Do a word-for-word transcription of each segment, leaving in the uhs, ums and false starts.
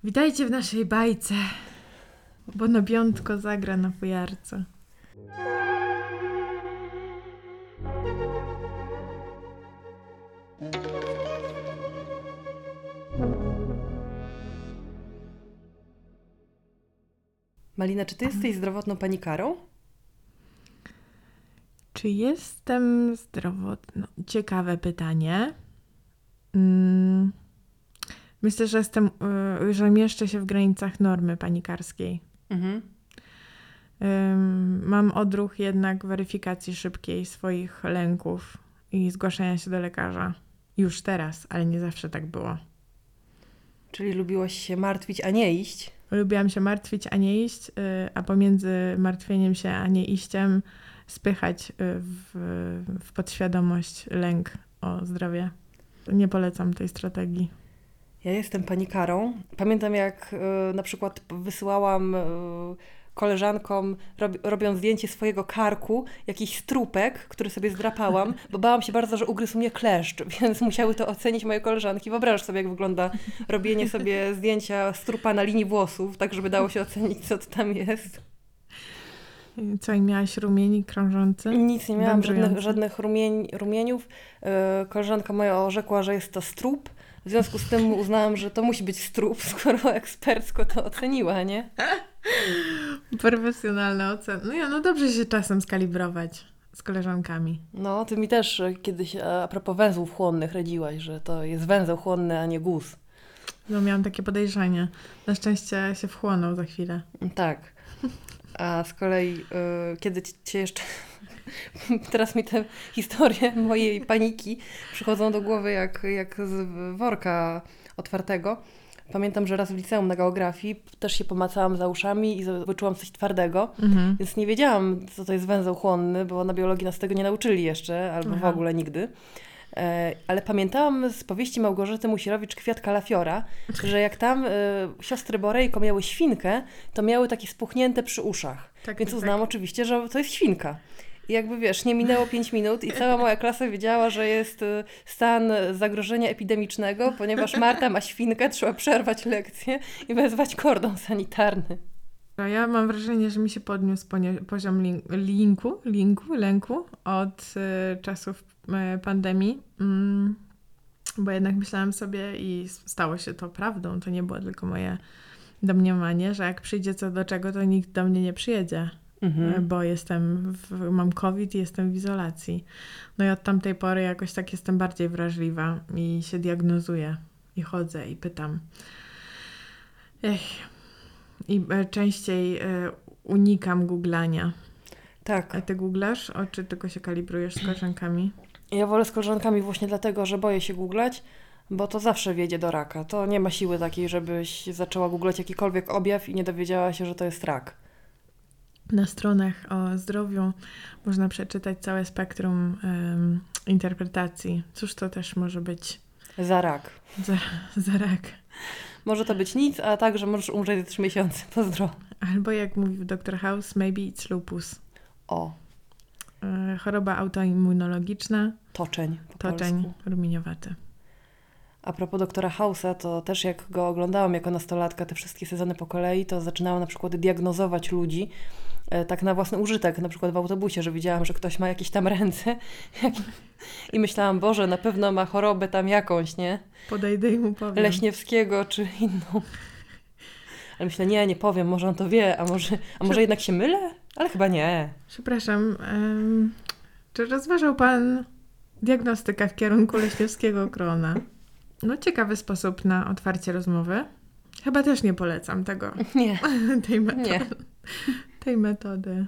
Witajcie w naszej bajce, bo na piątko zagra na fujarce. Malina, czy ty jesteś zdrowotną panikarą? Czy jestem zdrowotna? Ciekawe pytanie. Mm, myślę, że jestem, y, że mieszczę się w granicach normy panikarskiej. Mhm. Ym, mam odruch jednak weryfikacji szybkiej swoich lęków i zgłaszania się do lekarza. Już teraz, ale nie zawsze tak było. Czyli lubiłaś się martwić, a nie iść? Lubiłam się martwić, a nie iść, y, a pomiędzy martwieniem się, a nie iściem spychać y, w, w podświadomość lęk o zdrowie. Nie polecam tej strategii. Ja jestem panikarą. Pamiętam, jak y, na przykład wysyłałam y, koleżankom, rob, robiąc zdjęcie swojego karku, jakiś strupek, który sobie zdrapałam, bo bałam się bardzo, że ugryzł mnie kleszcz, więc musiały to ocenić moje koleżanki. Wyobrażasz sobie, jak wygląda robienie sobie zdjęcia strupa na linii włosów, tak żeby dało się ocenić, co to tam jest. Co, i miałaś rumieni krążący? Nic nie miałam, żadnych, Wędrujący? żadnych rumień, rumieniów. Yy, koleżanka moja orzekła, że jest to strup. W związku z tym uznałam, że to musi być strup, skoro ekspercko to oceniła, nie? Profesjonalna ocena. No ja, no dobrze się czasem skalibrować z koleżankami. No, ty mi też e, kiedyś a propos węzłów chłonnych radziłaś, że to jest węzeł chłonny, a nie guz. No miałam takie podejrzenie. Na szczęście się wchłonął za chwilę. Tak. A z kolei, y, kiedy ci- cię jeszcze... Teraz mi te historie mojej paniki przychodzą do głowy jak, jak z worka otwartego. Pamiętam, że raz w liceum na geografii też się pomacałam za uszami i wyczułam coś twardego, Mhm. więc nie wiedziałam, co to jest węzeł chłonny, bo na biologii nas tego nie nauczyli jeszcze, albo w Aha. ogóle nigdy. E, ale pamiętałam z powieści Małgorzaty Musierowicz Kwiat kalafiora, że jak tam e, siostry Borejko miały świnkę, to miały takie spuchnięte przy uszach. Tak, Więc tak, uznałam tak. oczywiście, że to jest świnka. I jakby wiesz, nie minęło pięć minut i cała moja klasa wiedziała, że jest y, stan zagrożenia epidemicznego, ponieważ Marta ma świnkę, trzeba przerwać lekcję i wezwać kordon sanitarny. No, ja mam wrażenie, że mi się podniósł ponie- poziom lin- linku, linku, lęku od y, czasów y, pandemii, mm, bo jednak myślałam sobie i stało się to prawdą, to nie było tylko moje domniemanie, że jak przyjdzie co do czego, to nikt do mnie nie przyjedzie, Mhm. bo jestem w, mam COVID i jestem w izolacji. No i od tamtej pory jakoś tak jestem bardziej wrażliwa i się diagnozuję i chodzę i pytam. Ech. I e, częściej e, unikam googlania. Tak. A ty googlasz? O, czy tylko się kalibrujesz z koleżankami? Ja wolę z koleżankami właśnie dlatego, że boję się googlać, bo to zawsze wiedzie do raka. To nie ma siły takiej, żebyś zaczęła googlać jakikolwiek objaw i nie dowiedziała się, że to jest rak. Na stronach o zdrowiu można przeczytać całe spektrum em, interpretacji. Cóż to też może być Za rak. za, za rak? Może to być nic, a także możesz umrzeć za trzy miesiące. Pozdro. Albo jak mówił doktor House, maybe it's lupus. O, E, choroba autoimmunologiczna, toczeń po toczeń polsku. rumieniowaty. A propos doktora House'a, to też jak go oglądałam jako nastolatka, te wszystkie sezony po kolei, to zaczynałam na przykład diagnozować ludzi e, tak na własny użytek, na przykład w autobusie, że widziałam, że ktoś ma jakieś tam ręce i myślałam, Boże, na pewno ma chorobę tam jakąś, nie? Podejdę i mu powiem. Leśniewskiego czy inną. Ale myślę, nie, nie powiem, może on to wie, a może, a może jednak się mylę? Ale chyba nie. Przepraszam, em, czy rozważał pan diagnostykę w kierunku Leśniewskiego Krona? No ciekawy sposób na otwarcie rozmowy. Chyba też nie polecam tego, Nie, tej metody. nie. Tej metody.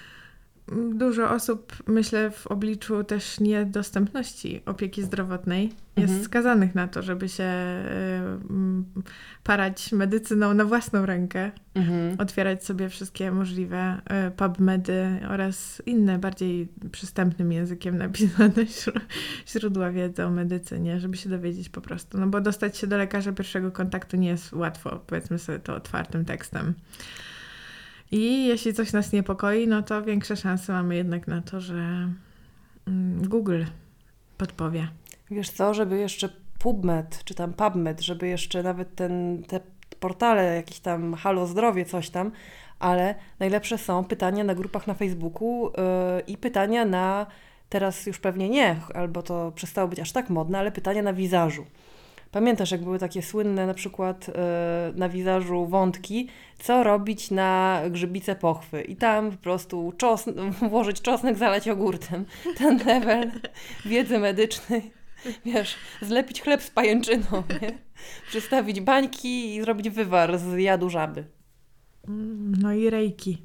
Dużo osób, myślę, w obliczu też niedostępności opieki zdrowotnej jest Mhm. skazanych na to, żeby się y, parać medycyną na własną rękę, Mhm. otwierać sobie wszystkie możliwe y, PubMedy oraz inne, bardziej przystępnym językiem napisane źró- źródła wiedzy o medycynie, żeby się dowiedzieć po prostu. No bo dostać się do lekarza pierwszego kontaktu nie jest łatwo, powiedzmy sobie to otwartym tekstem. I jeśli coś nas niepokoi, no to większe szanse mamy jednak na to, że mm, Google podpowie. Wiesz co, żeby jeszcze PubMed, czy tam PubMed, żeby jeszcze nawet ten, te portale, jakieś tam Halo Zdrowie, coś tam, ale najlepsze są pytania na grupach na Facebooku yy, i pytania na, teraz już pewnie nie, albo to przestało być aż tak modne, ale pytania na wizażu. Pamiętasz, jak były takie słynne na przykład yy, na wizażu wątki, co robić na grzybice pochwy i tam po prostu czosn- włożyć czosnek, zalać jogurtem. Ten level wiedzy medycznej, wiesz, zlepić chleb z pajęczyną, nie? Przystawić bańki i zrobić wywar z jadu żaby. No i rejki.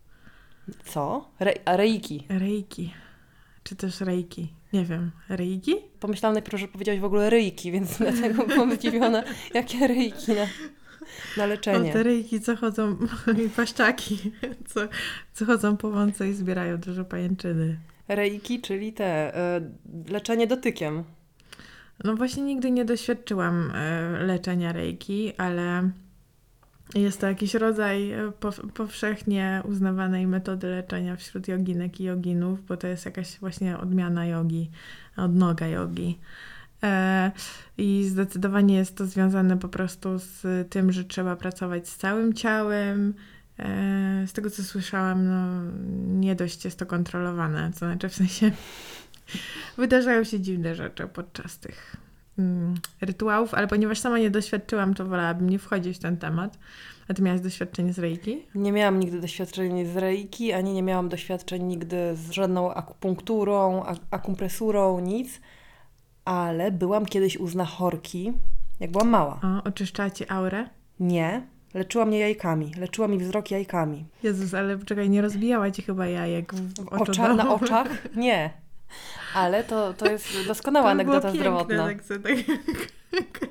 Co? Re- a reiki. Rejki. Czy też rejki. Nie wiem. Rejki? Pomyślałam najpierw, że powiedziałaś w ogóle ryjki, więc dlatego byłam zdziwiona, jakie ryjki na, na leczenie. O, te rejki, co chodzą, i paszczaki, co, co chodzą po łące i zbierają dużo pajęczyny. Reiki, czyli te, y, leczenie dotykiem. No właśnie nigdy nie doświadczyłam y, leczenia rejki, ale jest to jakiś rodzaj y, pow- powszechnie uznawanej metody leczenia wśród joginek i joginów, bo to jest jakaś właśnie odmiana jogi, odnoga jogi. E, I zdecydowanie jest to związane po prostu z tym, że trzeba pracować z całym ciałem. E, z tego, co słyszałam, no nie dość jest to kontrolowane, to znaczy w sensie wydarzają się dziwne rzeczy podczas tych mm, rytuałów, ale ponieważ sama nie doświadczyłam, to wolałabym nie wchodzić w ten temat. A ty miałaś doświadczenie z reiki? Nie miałam nigdy doświadczeń z reiki, ani nie miałam doświadczeń nigdy z żadną akupunkturą, ak- akumpresurą, nic. Ale byłam kiedyś u znachorki, jak byłam mała. O, oczyszczała ci aurę? Nie, leczyła mnie jajkami. Leczyła mi wzrok jajkami. Jezus, ale czekaj, nie rozbijała ci chyba jajek w, w Ocza, na oczach? Nie. Ale to, to jest doskonała to by było anegdota piękne, zdrowotna. Tak, co, tak.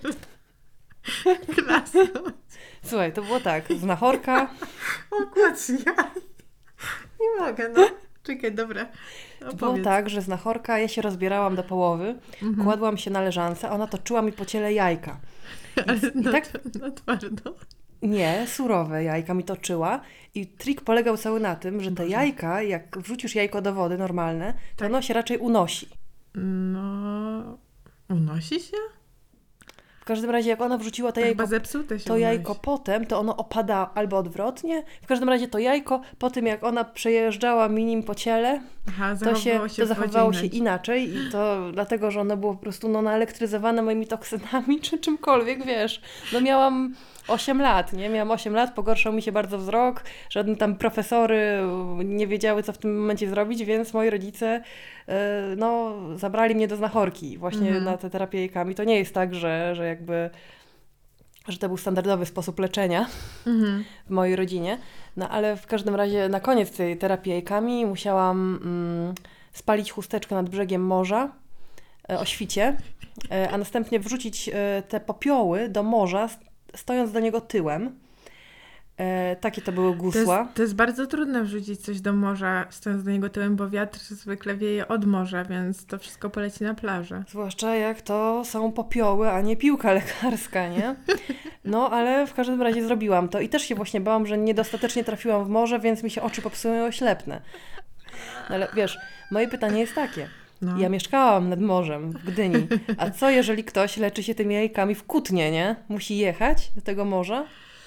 Klasno. Słuchaj, to było tak. Znachorka. O kurczę, ja nie mogę, no. Czekaj, dobra. To było tak, że znachorka, ja się rozbierałam do połowy, Mhm. kładłam się na leżance, a ona toczyła mi po ciele jajka. Ale I na, tak- na twardo. Nie, surowe jajka mi toczyła i trik polegał cały na tym, że te Boże. jajka, jak wrzucisz jajko do wody normalne, to Tak. ono się raczej unosi. No... Unosi się? W każdym razie, jak ona wrzuciła to To jajko, chyba zepsute się to unosi. jajko potem, to ono opada albo odwrotnie. W każdym razie to jajko, po tym jak ona przejeżdżała mi nim po ciele, Aha, to się, zachowywało się to w wodzie zachowywało się inaczej. inaczej i to dlatego, że ono było po prostu no, naelektryzowane moimi toksynami czy czymkolwiek, wiesz. No miałam osiem lat, nie? Miałam osiem lat, pogorszał mi się bardzo wzrok, żadne tam profesory nie wiedziały, co w tym momencie zrobić, więc moi rodzice yy, no, zabrali mnie do znachorki właśnie Mhm. na te terapię jajkami. To nie jest tak, że, że jakby że to był standardowy sposób leczenia Mhm. w mojej rodzinie. No ale w każdym razie na koniec tej terapii jajkami musiałam mm, spalić chusteczkę nad brzegiem morza e, o świcie, e, a następnie wrzucić e, te popioły do morza, st- stojąc do niego tyłem. E, takie to były To gusła. jest, to jest bardzo trudne wrzucić coś do morza, stojąc do niego tyłem, bo wiatr zwykle wieje od morza, więc to wszystko poleci na plażę. Zwłaszcza jak to są popioły, a nie piłka lekarska, nie? No, ale w każdym razie zrobiłam to i też się właśnie bałam, że niedostatecznie trafiłam w morze, więc mi się oczy popsuły i oślepnę. No, ale wiesz, moje pytanie jest takie. No. Ja mieszkałam nad morzem w Gdyni, a co jeżeli ktoś leczy się tymi jajkami w Kutnie, nie? Musi jechać do tego morza?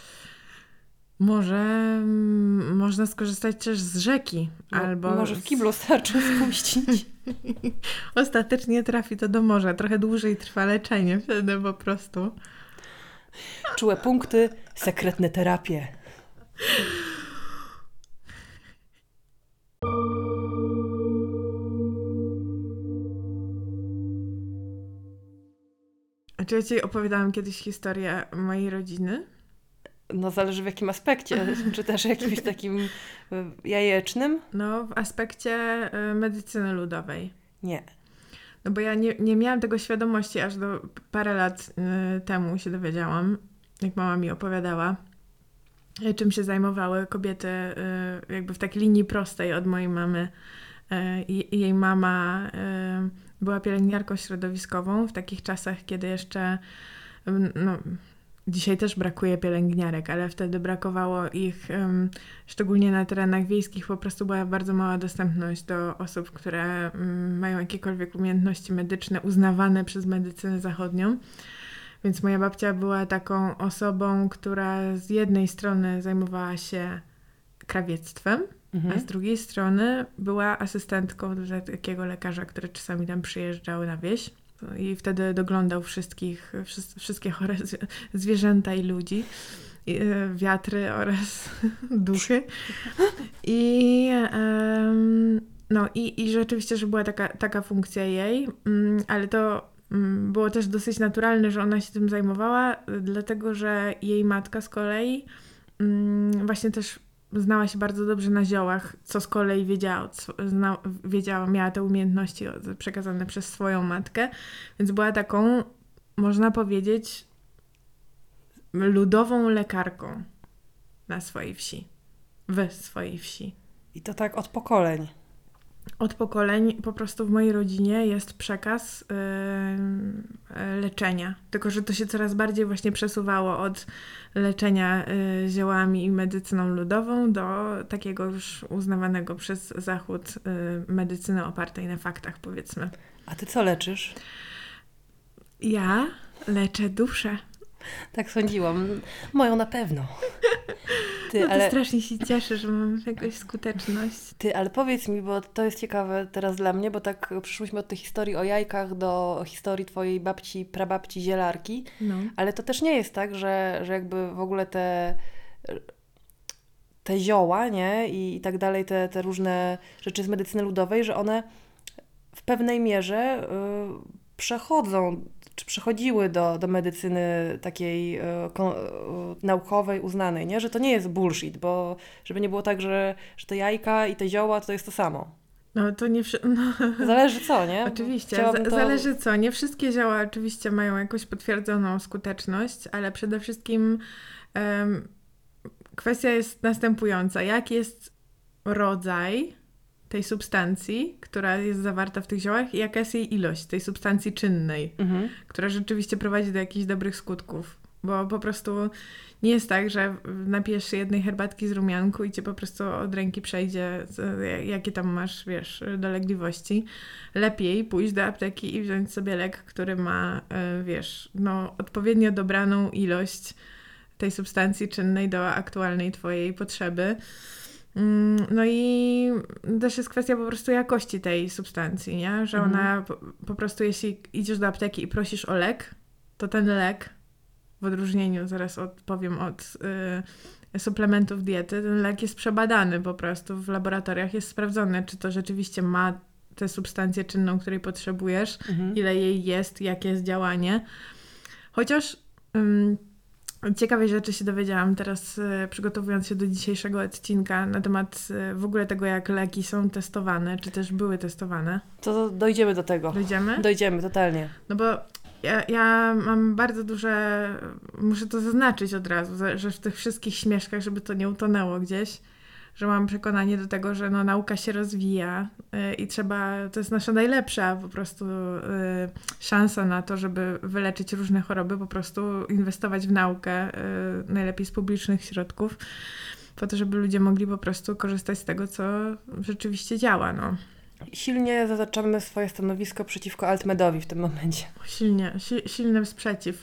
Może mm, można skorzystać też z rzeki, No, albo może w z- kiblu starczy spuścić. ostatecznie trafi to do morza. Trochę dłużej trwa leczenie wtedy po prostu. Czułe punkty, sekretne terapie. A czy ja ci opowiadałam kiedyś historię mojej rodziny? No zależy w jakim aspekcie, czy też jakimś takim y, jajecznym? No, w aspekcie y, medycyny ludowej. Nie. No bo ja nie, nie miałam tego świadomości, aż do parę lat y, temu się dowiedziałam, jak mama mi opowiadała, y, czym się zajmowały kobiety y, jakby w takiej linii prostej od mojej mamy. Y, i- jej mama y, była pielęgniarką środowiskową w takich czasach, kiedy jeszcze y, no, dzisiaj też brakuje pielęgniarek, ale wtedy brakowało ich, ym, szczególnie na terenach wiejskich, po prostu była bardzo mała dostępność do osób, które ym, mają jakiekolwiek umiejętności medyczne uznawane przez medycynę zachodnią. Więc moja babcia była taką osobą, która z jednej strony zajmowała się krawiectwem, Mhm. a z drugiej strony była asystentką dla takiego lekarza, który czasami tam przyjeżdżał na wieś i wtedy doglądał wszystkich, wszy- wszystkie chore zwi- zwierzęta i ludzi, i, e, wiatry oraz duchy. I, em, no, i, i rzeczywiście, że była taka, taka funkcja jej, mm, ale to mm, było też dosyć naturalne, że ona się tym zajmowała, dlatego że jej matka z kolei mm, właśnie też znała się bardzo dobrze na ziołach, co z kolei wiedziała, od sw- zna, wiedziała, miała te umiejętności od- przekazane przez swoją matkę, więc była taką, można powiedzieć, ludową lekarką na swojej wsi, w swojej wsi. I to tak od pokoleń. Od pokoleń po prostu w mojej rodzinie jest przekaz yy, yy, leczenia. Tylko że to się coraz bardziej właśnie przesuwało od leczenia yy, ziołami i medycyną ludową do takiego już uznawanego przez Zachód yy, medycyny opartej na faktach, powiedzmy. A ty co leczysz? Ja leczę duszę. Tak sądziłam. Moją na pewno. Ty, No to ale, strasznie się cieszę, że mam jakąś skuteczność. ty, ale powiedz mi, bo to jest ciekawe teraz dla mnie, bo tak przyszłyśmy od tej historii o jajkach do historii twojej babci, prababci zielarki, No. ale to też nie jest tak, że, że jakby w ogóle te, te zioła, nie, i, i tak dalej, te, te różne rzeczy z medycyny ludowej, że one w pewnej mierze y, przechodzą, czy przechodziły do, do medycyny takiej y, ko, y, naukowej, uznanej, nie? Że to nie jest bullshit, bo żeby nie było tak, że, że te jajka i te zioła to jest to samo. No to nie... Wszy- no. Zależy co, nie? Oczywiście, Chciałabym Z- to- zależy co. Nie wszystkie zioła oczywiście mają jakąś potwierdzoną skuteczność, ale przede wszystkim em, kwestia jest następująca. Jaki jest rodzaj tej substancji, która jest zawarta w tych ziołach i jaka jest jej ilość tej substancji czynnej, Mhm. która rzeczywiście prowadzi do jakichś dobrych skutków. Bo po prostu nie jest tak, że napijesz się jednej herbatki z rumianku i cię po prostu od ręki przejdzie, z- jakie tam masz, wiesz, dolegliwości. Lepiej pójść do apteki i wziąć sobie lek, który ma, y, wiesz, no, odpowiednio dobraną ilość tej substancji czynnej do aktualnej twojej potrzeby. Mm, No i też jest kwestia po prostu jakości tej substancji, nie? Że Mhm. ona po, po prostu, jeśli idziesz do apteki i prosisz o lek, to ten lek, w odróżnieniu, zaraz odpowiem, od y, suplementów diety, ten lek jest przebadany po prostu w laboratoriach, jest sprawdzone, czy to rzeczywiście ma tę substancję czynną, której potrzebujesz, Mhm. ile jej jest, jakie jest działanie. Chociaż ym, ciekawej rzeczy się dowiedziałam teraz, y, przygotowując się do dzisiejszego odcinka na temat y, w ogóle tego, jak leki są testowane, czy też były testowane. To dojdziemy do tego. Dojdziemy? Dojdziemy, totalnie. No bo ja, ja mam bardzo duże, muszę to zaznaczyć od razu, że- że w tych wszystkich śmieszkach, żeby to nie utonęło gdzieś, że mam przekonanie do tego, że no, nauka się rozwija y, i trzeba, to jest nasza najlepsza po prostu y, szansa na to, żeby wyleczyć różne choroby, po prostu inwestować w naukę, y, najlepiej z publicznych środków, po to, żeby ludzie mogli po prostu korzystać z tego, co rzeczywiście działa, no. Silnie zaznaczamy swoje stanowisko przeciwko Altmedowi w tym momencie. Silnie, si- silny sprzeciw.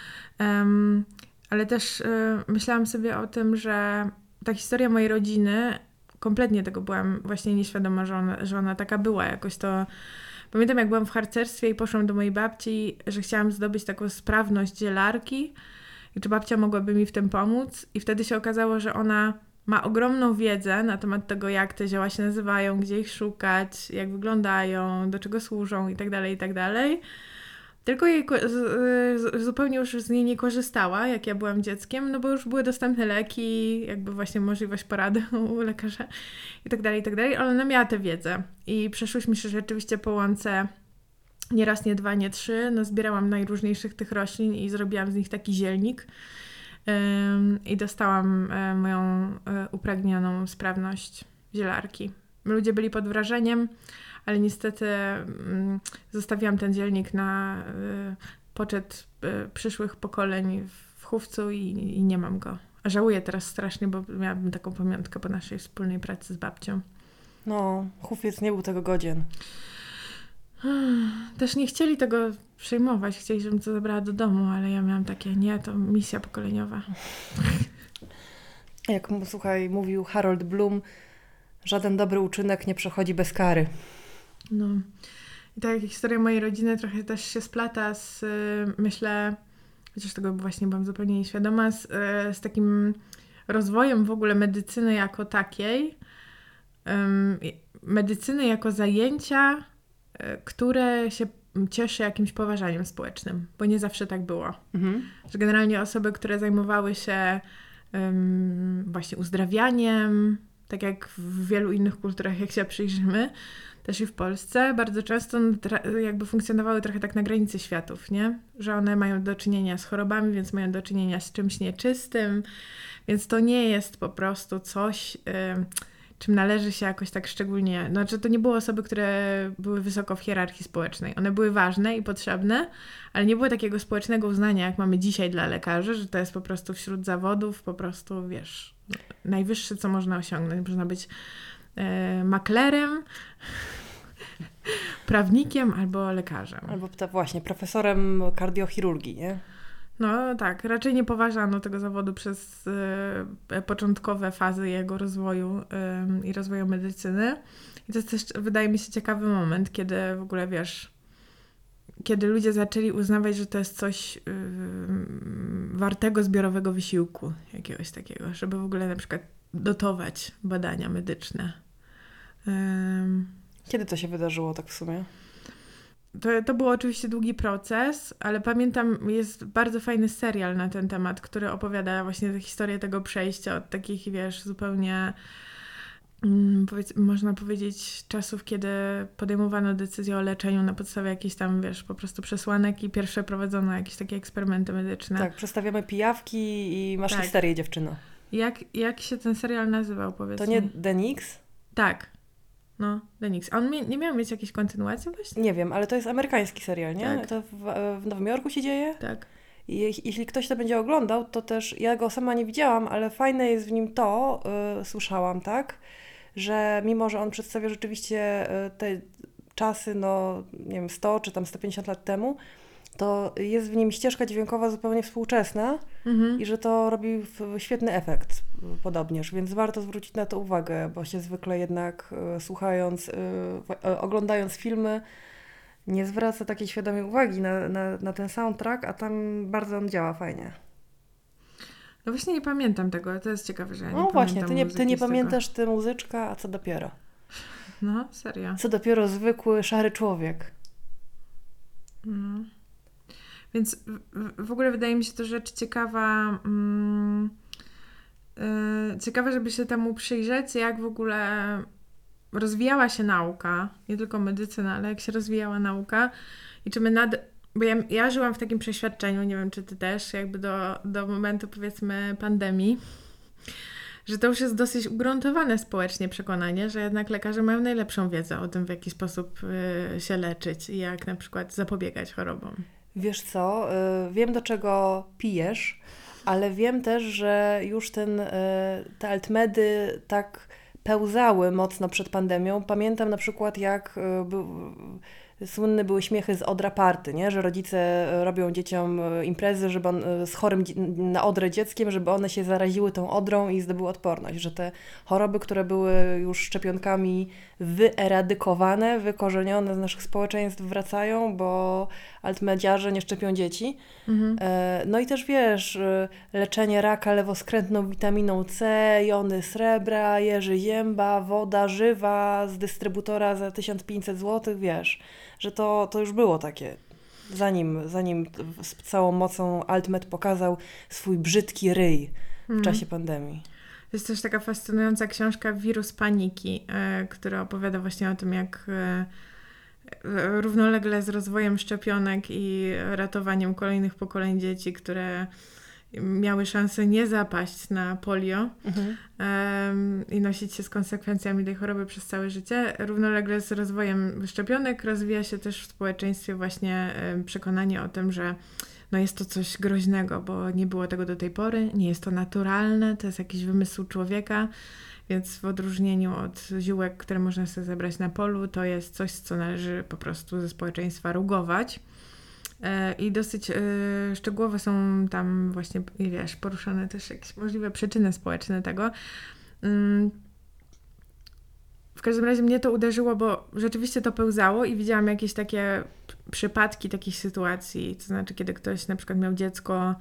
Em, ale też y, myślałam sobie o tym, że ta historia mojej rodziny, kompletnie tego byłam właśnie nieświadoma, że ona, że ona taka była. Jakoś to... Pamiętam, jak byłam w harcerstwie i poszłam do mojej babci, że chciałam zdobyć taką sprawność zielarki i czy babcia mogłaby mi w tym pomóc. I wtedy się okazało, że ona ma ogromną wiedzę na temat tego, jak te zioła się nazywają, gdzie ich szukać, jak wyglądają, do czego służą i tak dalej, i tak dalej. Tylko jej ko- z, z, zupełnie już z niej nie korzystała, jak ja byłam dzieckiem, no bo już były dostępne leki, jakby właśnie możliwość porady u lekarza i tak dalej, i tak dalej, ale ona miała tę wiedzę. I przeszłyśmy się rzeczywiście po łące nie raz, nie dwa, nie trzy, no zbierałam najróżniejszych tych roślin i zrobiłam z nich taki zielnik. Ym, I dostałam e, moją e, upragnioną sprawność zielarki. Ludzie byli pod wrażeniem, ale niestety mm, zostawiłam ten zielnik na y, poczet y, przyszłych pokoleń w chówcu i, i nie mam go. A żałuję teraz strasznie, bo miałabym taką pamiątkę po naszej wspólnej pracy z babcią. No, chówiec nie był tego godzien. Też nie chcieli tego przyjmować, chcieli, żebym to zabrała do domu, ale ja miałam takie, nie, to misja pokoleniowa. Jak, słuchaj, mówił Harold Bloom, żaden dobry uczynek nie przechodzi bez kary. No. I tak jak historia mojej rodziny trochę też się splata z, myślę, chociaż tego właśnie byłam zupełnie nieświadoma, z, z takim rozwojem w ogóle medycyny jako takiej, um, medycyny jako zajęcia, które się cieszy jakimś poważaniem społecznym, bo nie zawsze tak było. Mhm. Że generalnie osoby, które zajmowały się um, właśnie uzdrawianiem, tak jak w wielu innych kulturach, jak się przyjrzymy, też i w Polsce, bardzo często tra- jakby funkcjonowały trochę tak na granicy światów, nie? Że one mają do czynienia z chorobami, więc mają do czynienia z czymś nieczystym, więc to nie jest po prostu coś, y, czym należy się jakoś tak szczególnie... Znaczy to nie były osoby, które były wysoko w hierarchii społecznej. One były ważne i potrzebne, ale nie było takiego społecznego uznania, jak mamy dzisiaj dla lekarzy, że to jest po prostu wśród zawodów po prostu, wiesz, najwyższe, co można osiągnąć. Można być y, maklerem, prawnikiem albo lekarzem. Albo to właśnie, profesorem kardiochirurgii, nie? No tak, raczej nie poważano tego zawodu przez y, początkowe fazy jego rozwoju y, i rozwoju medycyny. I to jest też, wydaje mi się, ciekawy moment, kiedy w ogóle, wiesz, kiedy ludzie zaczęli uznawać, że to jest coś y, wartego zbiorowego wysiłku jakiegoś takiego, żeby w ogóle na przykład dotować badania medyczne. Ym. Kiedy to się wydarzyło tak w sumie? To, to był oczywiście długi proces, ale pamiętam, jest bardzo fajny serial na ten temat, który opowiada właśnie historię tego przejścia od takich, wiesz, zupełnie mm, powiedz, można powiedzieć czasów, kiedy podejmowano decyzję o leczeniu na podstawie jakichś tam, wiesz, po prostu przesłanek i pierwsze prowadzono jakieś takie eksperymenty medyczne. Tak, przestawiamy pijawki i masz Tak. histerię, dziewczyno. Jak, jak się ten serial nazywał, powiedz To nie mi? Denix? Tak. No, The Nix. A on mi- nie miał mieć jakiejś kontynuacji właśnie? Nie wiem, ale to jest amerykański serial, nie? Tak. To w, w Nowym Jorku się dzieje? Tak. I je- jeśli ktoś to będzie oglądał, to też, ja go sama nie widziałam, ale fajne jest w nim to, y, słyszałam, tak? Że mimo, że on przedstawia rzeczywiście y, te czasy, no nie wiem, sto czy tam sto pięćdziesiąt lat temu, to jest w nim ścieżka dźwiękowa zupełnie współczesna Mhm. i że to robi w- świetny efekt y, podobnież, więc warto zwrócić na to uwagę, bo się zwykle jednak y, słuchając, y, w- y, oglądając filmy, nie zwraca takiej świadomej uwagi na, na, na ten soundtrack, a tam bardzo on działa fajnie. No właśnie nie pamiętam tego, to jest ciekawe, że ja nie No właśnie, pamiętam ty nie, ty muzyki nie z tego. pamiętasz ty muzyczka, a co dopiero? No, serio. Co dopiero zwykły, szary człowiek. No. Więc w, w- w ogóle wydaje mi się to rzecz ciekawa, mm, yy, ciekawe, żeby się temu przyjrzeć, jak w ogóle rozwijała się nauka, nie tylko medycyna, ale jak się rozwijała nauka i czy my nad... Bo ja, ja żyłam w takim przeświadczeniu, nie wiem czy ty też, jakby do, do momentu powiedzmy pandemii, że to już jest dosyć ugruntowane społecznie przekonanie, że jednak lekarze mają najlepszą wiedzę o tym, w jaki sposób y, się leczyć i jak na przykład zapobiegać chorobom. Wiesz co, y, wiem do czego pijesz, ale wiem też, że już ten, y, te altmedy tak pełzały mocno przed pandemią. Pamiętam na przykład jak y, był, słynne były śmiechy z Odra Party, nie? Że rodzice robią dzieciom imprezy żeby on, z chorym dzie- na odrę dzieckiem, żeby one się zaraziły tą odrą i zdobyły odporność. Że te choroby, które były już szczepionkami wyeradykowane, wykorzenione z naszych społeczeństw wracają, bo altmediarze nie szczepią dzieci. Mhm. E, No i też wiesz, e, leczenie raka lewoskrętną witaminą C, jony srebra, jeży zięba, woda żywa z dystrybutora za tysiąc pięćset złotych, wiesz, że to, to już było takie. Zanim, zanim z całą mocą Altmed pokazał swój brzydki ryj w Mhm. czasie pandemii. Jest też taka fascynująca książka Wirus Paniki, e, która opowiada właśnie o tym, jak e, e, równolegle z rozwojem szczepionek i ratowaniem kolejnych pokoleń dzieci, które miały szansę nie zapaść na polio Mhm. em, i nosić się z konsekwencjami tej choroby przez całe życie. Równolegle z rozwojem szczepionek rozwija się też w społeczeństwie właśnie em, przekonanie o tym, że no jest to coś groźnego, bo nie było tego do tej pory, nie jest to naturalne, to jest jakiś wymysł człowieka, Więc w odróżnieniu od ziółek, które można sobie zebrać na polu, to jest coś, co należy po prostu ze społeczeństwa rugować. I dosyć y, szczegółowo są tam właśnie, wiesz, poruszane też jakieś możliwe przyczyny społeczne tego. Ym, w każdym razie mnie to uderzyło, bo rzeczywiście to pełzało i widziałam jakieś takie przypadki takich sytuacji, to znaczy kiedy ktoś na przykład miał dziecko,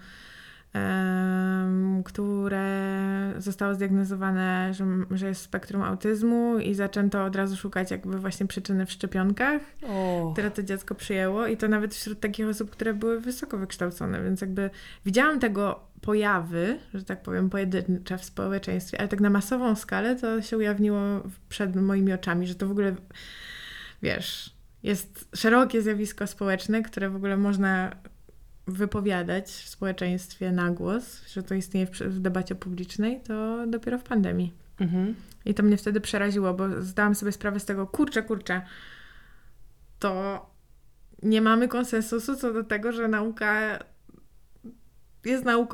ym, które zostało zdiagnozowane, że, że jest w spektrum autyzmu i zaczęto od razu szukać jakby właśnie przyczyny w szczepionkach, O. które to dziecko przyjęło i to nawet wśród takich osób, które były wysoko wykształcone, więc jakby widziałam tego pojawy, że tak powiem, pojedyncze w społeczeństwie, ale tak na masową skalę to się ujawniło przed moimi oczami, że to w ogóle, wiesz, jest szerokie zjawisko społeczne, które w ogóle można wypowiadać w społeczeństwie na głos, że to istnieje w, w debacie publicznej, to dopiero w pandemii. Mhm. I to mnie wtedy przeraziło, bo zdałam sobie sprawę z tego, kurczę, kurczę, to nie mamy konsensusu co do tego, że nauka jest nauką.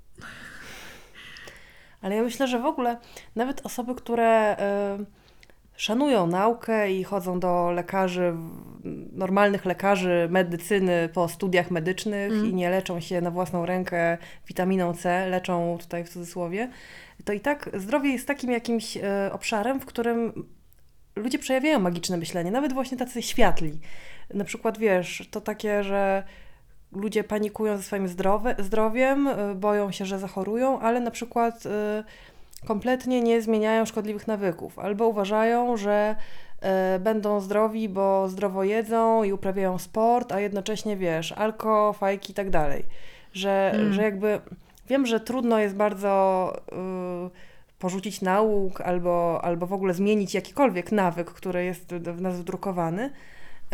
Ale ja myślę, że w ogóle nawet osoby, które y, szanują naukę i chodzą do lekarzy, normalnych lekarzy medycyny po studiach medycznych Mm. i nie leczą się na własną rękę witaminą C, leczą tutaj w cudzysłowie, to i tak zdrowie jest takim jakimś y, obszarem, w którym ludzie przejawiają magiczne myślenie, nawet właśnie tacy światli. Na przykład, wiesz, to takie, że ludzie panikują ze swoim zdrowe, zdrowiem, y, boją się, że zachorują, ale na przykład y, kompletnie nie zmieniają szkodliwych nawyków, albo uważają, że y, będą zdrowi, bo zdrowo jedzą i uprawiają sport, a jednocześnie, wiesz, alko, fajki i tak dalej. Że, Mm. że jakby wiem, że trudno jest bardzo y, porzucić nauk albo, albo w ogóle zmienić jakikolwiek nawyk, który jest w nas wdrukowany, y,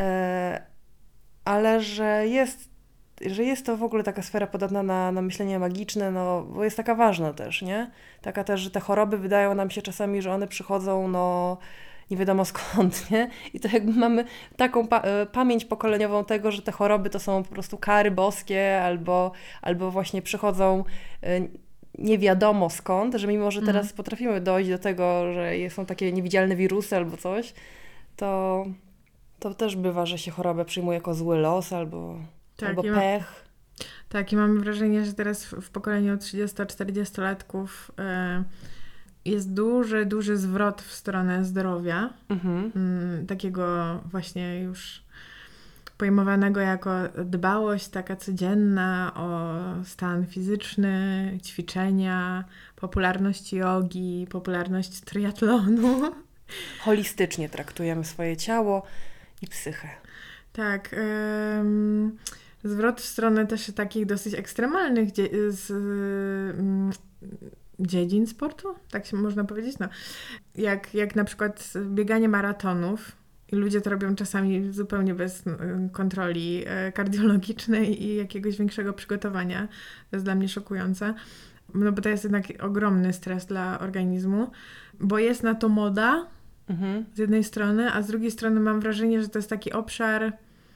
ale że jest że jest to w ogóle taka sfera podatna na, na myślenie magiczne, no, bo jest taka ważna też, nie? Taka też, że te choroby wydają nam się czasami, że one przychodzą, no, nie wiadomo skąd, nie? I to jakby mamy taką pa- pamięć pokoleniową tego, że te choroby to są po prostu kary boskie, albo, albo właśnie przychodzą y, nie wiadomo skąd, że mimo, że teraz Mhm. potrafimy dojść do tego, że są takie niewidzialne wirusy albo coś, to, to też bywa, że się chorobę przyjmuje jako zły los albo... Tak, albo i ma- pech. Tak, i mam wrażenie, że teraz w, w pokoleniu trzydziesto-czterdziestolatków y, jest duży, duży zwrot w stronę zdrowia. Mhm. Mm, takiego właśnie już pojmowanego jako dbałość taka codzienna o stan fizyczny, ćwiczenia, popularność jogi, popularność triatlonu. Holistycznie traktujemy swoje ciało i psychę. Tak. Ym, zwrot w stronę też takich dosyć ekstremalnych dzie- z, ym, dziedzin sportu, tak się można powiedzieć. No. Jak, jak na przykład bieganie maratonów. I ludzie to robią czasami zupełnie bez y, kontroli y, kardiologicznej i jakiegoś większego przygotowania. To jest dla mnie szokujące. No bo to jest jednak ogromny stres dla organizmu, bo jest na to moda Mhm. z jednej strony, a z drugiej strony mam wrażenie, że to jest taki obszar,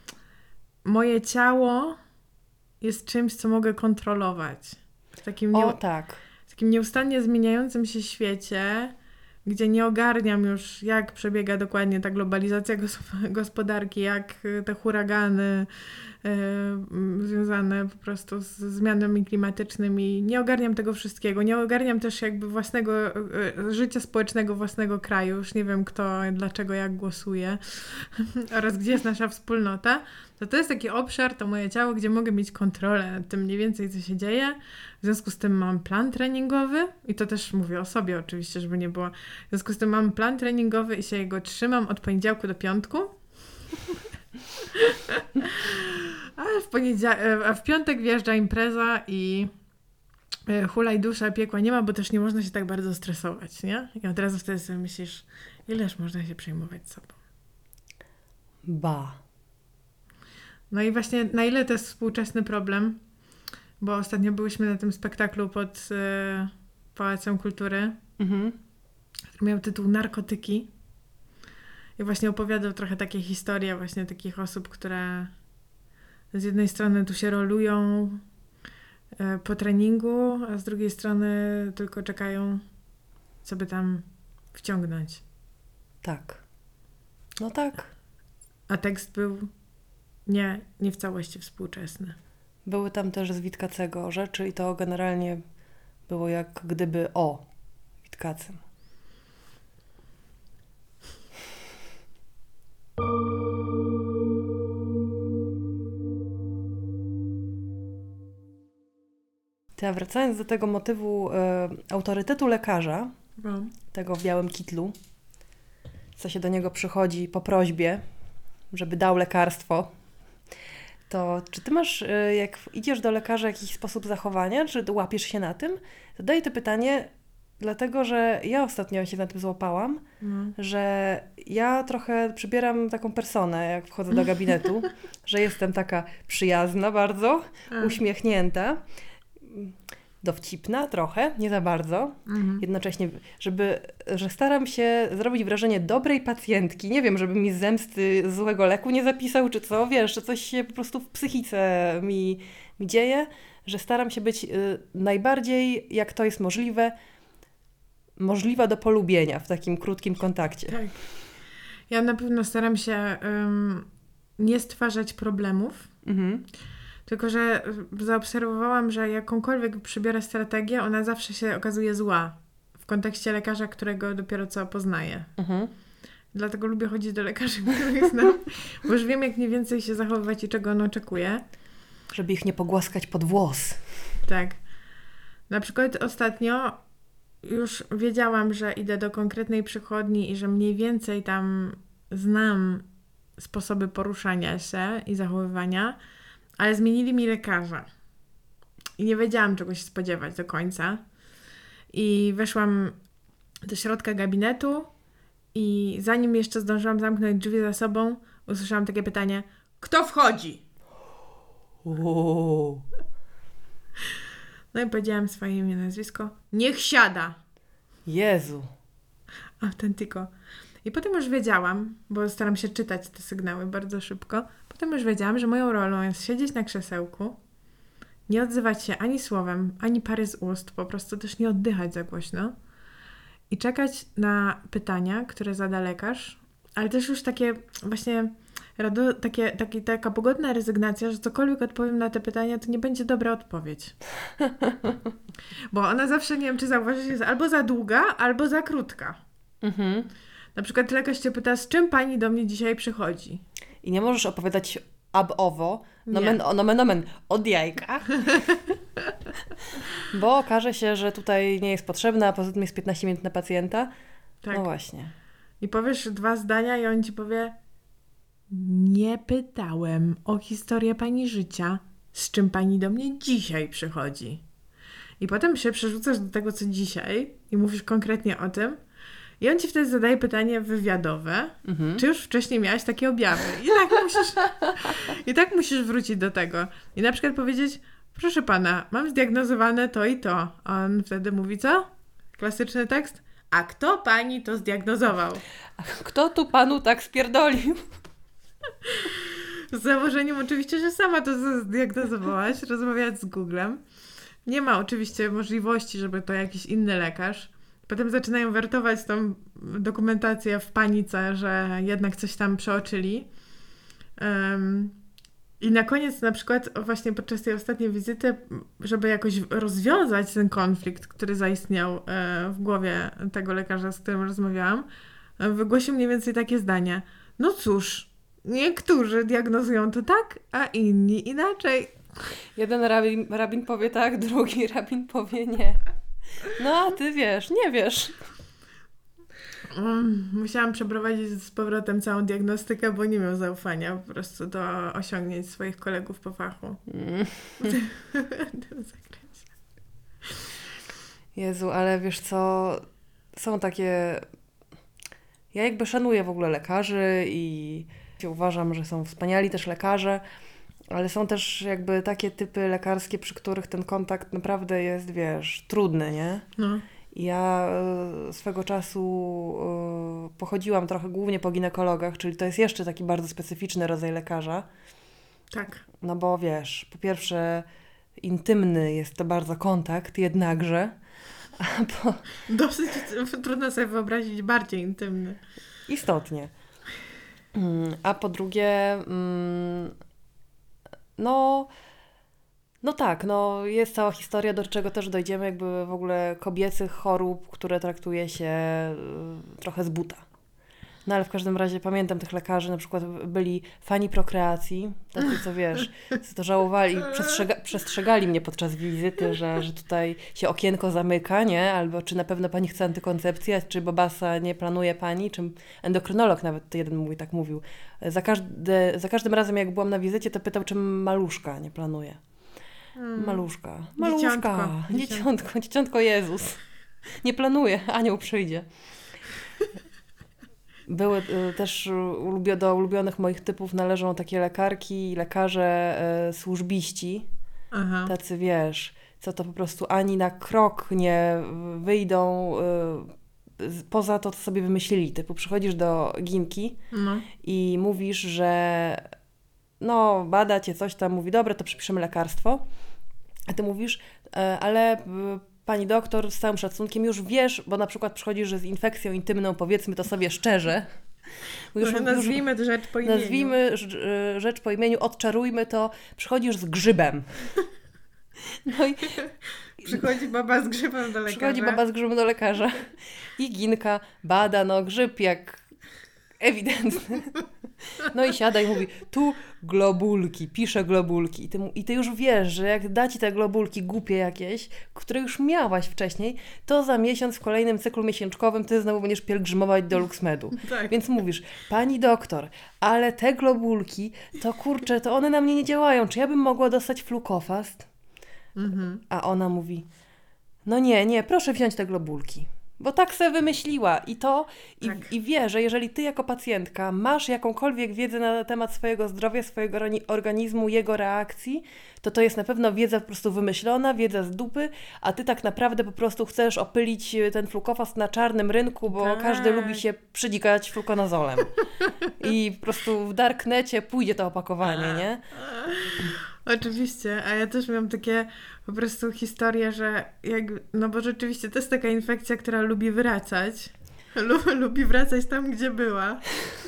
moje ciało jest czymś, co mogę kontrolować. W takim, nie, O tak. w takim nieustannie zmieniającym się świecie, gdzie nie ogarniam już, jak przebiega dokładnie ta globalizacja gos- gospodarki, jak te huragany y, związane po prostu z zmianami klimatycznymi. Nie ogarniam tego wszystkiego. Nie ogarniam też jakby własnego y, życia społecznego własnego kraju. Już nie wiem kto, dlaczego, jak głosuje oraz gdzie jest nasza wspólnota. To to jest taki obszar, to moje ciało, gdzie mogę mieć kontrolę nad tym mniej więcej, co się dzieje. W związku z tym mam plan treningowy i to też mówię o sobie oczywiście, żeby nie było. W związku z tym mam plan treningowy i się jego trzymam od poniedziałku do piątku. Ale w, poniedział- a w piątek wjeżdża impreza i e, hulaj dusza, piekła nie ma, bo też nie można się tak bardzo stresować, nie? I od razu wtedy sobie myślisz, ileż można się przejmować sobą. Ba. No i właśnie na ile to jest współczesny problem, bo ostatnio byliśmy na tym spektaklu pod e, Pałacem Kultury, Mhm. który miał tytuł Narkotyki i właśnie opowiadał trochę takie historie właśnie takich osób, które z jednej strony tu się rolują e, po treningu, a z drugiej strony tylko czekają, co by tam wciągnąć. Tak. No tak. A tekst był nie, nie w całości współczesny. Były tam też z Witkacego rzeczy i to generalnie było jak gdyby o Witkacym. Ty, a wracając do tego motywu e, autorytetu lekarza, No. tego w białym kitlu, co się do niego przychodzi po prośbie, żeby dał lekarstwo, to czy ty masz, e, jak idziesz do lekarza, jakiś sposób zachowania, czy łapiesz się na tym? Zadaję to pytanie, dlatego że ja ostatnio się na tym złapałam, No. że ja trochę przybieram taką personę, jak wchodzę do gabinetu, że jestem taka przyjazna bardzo, A. uśmiechnięta, dowcipna trochę, nie za bardzo. Mhm. Jednocześnie, żeby, że staram się zrobić wrażenie dobrej pacjentki. Nie wiem, żeby mi z zemsty złego leku nie zapisał, czy co, wiesz, że coś się po prostu w psychice mi, mi dzieje, że staram się być y, najbardziej, jak to jest możliwe, możliwa do polubienia w takim krótkim kontakcie. Tak. Ja na pewno staram się um, nie stwarzać problemów, Mhm. tylko że zaobserwowałam, że jakąkolwiek przybiorę strategię, ona zawsze się okazuje zła w kontekście lekarza, którego dopiero co poznaję. Mhm. Dlatego lubię chodzić do lekarzy, których znam, bo już wiem, jak mniej więcej się zachowywać i czego on oczekuje. Żeby ich nie pogłaskać pod włos. Tak. Na przykład ostatnio już wiedziałam, że idę do konkretnej przychodni i że mniej więcej tam znam sposoby poruszania się i zachowywania, ale zmienili mi lekarza. I nie wiedziałam, czego się spodziewać do końca. I weszłam do środka gabinetu i zanim jeszcze zdążyłam zamknąć drzwi za sobą, usłyszałam takie pytanie: kto wchodzi? Uuu. No i powiedziałam swoje imię, nazwisko. Niech siada! Jezu. Autentyko. I potem już wiedziałam, bo staram się czytać te sygnały bardzo szybko, potem już wiedziałam, że moją rolą jest siedzieć na krzesełku, nie odzywać się ani słowem, ani pary z ust, po prostu też nie oddychać za głośno i czekać na pytania, które zada lekarz, ale też już takie właśnie rado, takie, takie, taka pogodna rezygnacja, że cokolwiek odpowiem na te pytania, to nie będzie dobra odpowiedź. Bo ona zawsze, nie wiem, czy zauważysz, jest albo za długa, albo za krótka. Mhm. Na przykład lekarz cię pyta, z czym pani do mnie dzisiaj przychodzi? I nie możesz opowiadać ab owo, Nie. nomen, nomen, omen, od jajka. Bo okaże się, że tutaj nie jest potrzebna, a poza tym jest piętnaście minut na pacjenta. Tak. No właśnie. I powiesz dwa zdania i on ci powie: nie pytałem o historię pani życia, z czym pani do mnie dzisiaj przychodzi. I potem się przerzucasz do tego, co dzisiaj i mówisz konkretnie o tym. I on ci wtedy zadaje pytanie wywiadowe, Mhm. czy już wcześniej miałaś takie objawy. I tak musisz, i tak musisz wrócić do tego. I na przykład powiedzieć: proszę pana, mam zdiagnozowane to i to. A on wtedy mówi co? Klasyczny tekst. A kto pani to zdiagnozował? Kto tu panu tak spierdolił? Z założeniem oczywiście, że sama to zdiagnozowałaś, rozmawiać z Googlem. Nie ma oczywiście możliwości, żeby to jakiś inny lekarz. Potem zaczynają wertować tą dokumentację w panice, że jednak coś tam przeoczyli. Um, I na koniec na przykład właśnie podczas tej ostatniej wizyty, żeby jakoś rozwiązać ten konflikt, który zaistniał e, w głowie tego lekarza, z którym rozmawiałam, e, wygłosił mniej więcej takie zdanie: no cóż, niektórzy diagnozują to tak, a inni inaczej. Jeden rabin, rabin powie tak, drugi rabin powie nie. No a ty wiesz, nie wiesz. Um, musiałam przeprowadzić z powrotem całą diagnostykę, bo nie miał zaufania po prostu do osiągnięć swoich kolegów po fachu. Mm. W tym zakresie. Jezu, ale wiesz co, są takie... Ja jakby szanuję w ogóle lekarzy i uważam, że są wspaniali też lekarze, ale są też jakby takie typy lekarskie, przy których ten kontakt naprawdę jest, wiesz, trudny, nie? No. Ja y, swego czasu y, pochodziłam trochę głównie po ginekologach, czyli to jest jeszcze taki bardzo specyficzny rodzaj lekarza. Tak. No bo wiesz, po pierwsze intymny jest to bardzo kontakt jednakże, Po... Dosyć trudno sobie wyobrazić bardziej intymny. Istotnie. A po drugie, no, no tak, no jest cała historia, do czego też dojdziemy, jakby w ogóle kobiecych chorób, które traktuje się y, trochę z buta. No ale w każdym razie pamiętam tych lekarzy, na przykład byli fani prokreacji, tacy co wiesz, co to żałowali, przestrzega, przestrzegali mnie podczas wizyty, że, że tutaj się okienko zamyka, nie? Albo czy na pewno pani chce antykoncepcji, czy Bobasa nie planuje pani, czy endokrynolog nawet jeden mój tak mówił. Za, każde, za każdym razem jak byłam na wizycie, to pytał, czy maluszka nie planuje. Hmm. Maluszka, maluszka, Dzieciątko. dzieciątko, dzieciątko Jezus. Nie planuje, anioł przyjdzie. Były y, też ulubio, do ulubionych moich typów należą takie lekarki i lekarze y, służbiści. Aha. Tacy wiesz, co to po prostu ani na krok nie wyjdą y, z- poza to, co sobie wymyślili. Typu przychodzisz do ginki No. i mówisz, że no bada cię coś tam, mówi dobra, to przepiszemy lekarstwo. A ty mówisz, e, ale y, pani doktor, z całym szacunkiem już wiesz, bo na przykład przychodzisz z infekcją intymną, powiedzmy to sobie szczerze. Bo Już, nazwijmy to rzecz po imieniu. Nazwijmy rz- y, rzecz po imieniu, odczarujmy to, przychodzisz z grzybem. No i Przychodzi baba z grzybem do lekarza. przychodzi baba z grzybem do lekarza i ginka bada, no grzyb jak ewidentny. No i siada i mówi, tu globulki, pisze globulki. I ty, mu- I ty już wiesz, że jak da ci te globulki głupie jakieś, które już miałaś wcześniej, to za miesiąc w kolejnym cyklu miesięczkowym ty znowu będziesz pielgrzymować do Luxmedu. Tak. Więc mówisz, pani doktor, ale te globulki, to kurczę, to one na mnie nie działają. Czy ja bym mogła dostać flukofast? Mhm. A ona mówi, no nie, nie, proszę wziąć te globulki. Bo tak se wymyśliła i to, i, Tak. i wie, że jeżeli ty jako pacjentka masz jakąkolwiek wiedzę na temat swojego zdrowia, swojego rani- organizmu, jego reakcji, to to jest na pewno wiedza po prostu wymyślona, wiedza z dupy, a ty tak naprawdę po prostu chcesz opylić ten flukofast na czarnym rynku, bo Tak. każdy lubi się przydzikać flukonazolem. I po prostu w darknecie pójdzie to opakowanie, nie? Oczywiście, a ja też miałam takie po prostu historie, że jak, no bo rzeczywiście to jest taka infekcja, która lubi wracać. Lu- lubi wracać tam, gdzie była.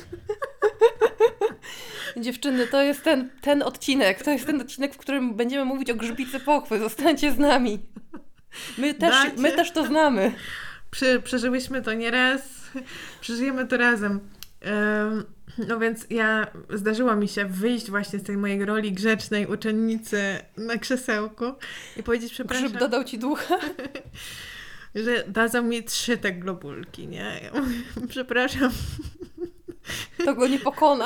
Dziewczyny, to jest ten, ten odcinek, to jest ten odcinek, w którym będziemy mówić o grzybicy pochwy. Zostańcie z nami. My też, Dacie. my też to znamy. Prze- przeżyłyśmy to nieraz, przeżyjemy to razem. Ym, no więc ja, zdarzyło mi się wyjść właśnie z tej mojej roli grzecznej uczennicy na krzesełku i powiedzieć przepraszam, Grzyb dodał ci ducha. że dadzą mi trzy te globulki, nie? Ja mówię, przepraszam. To go nie pokona.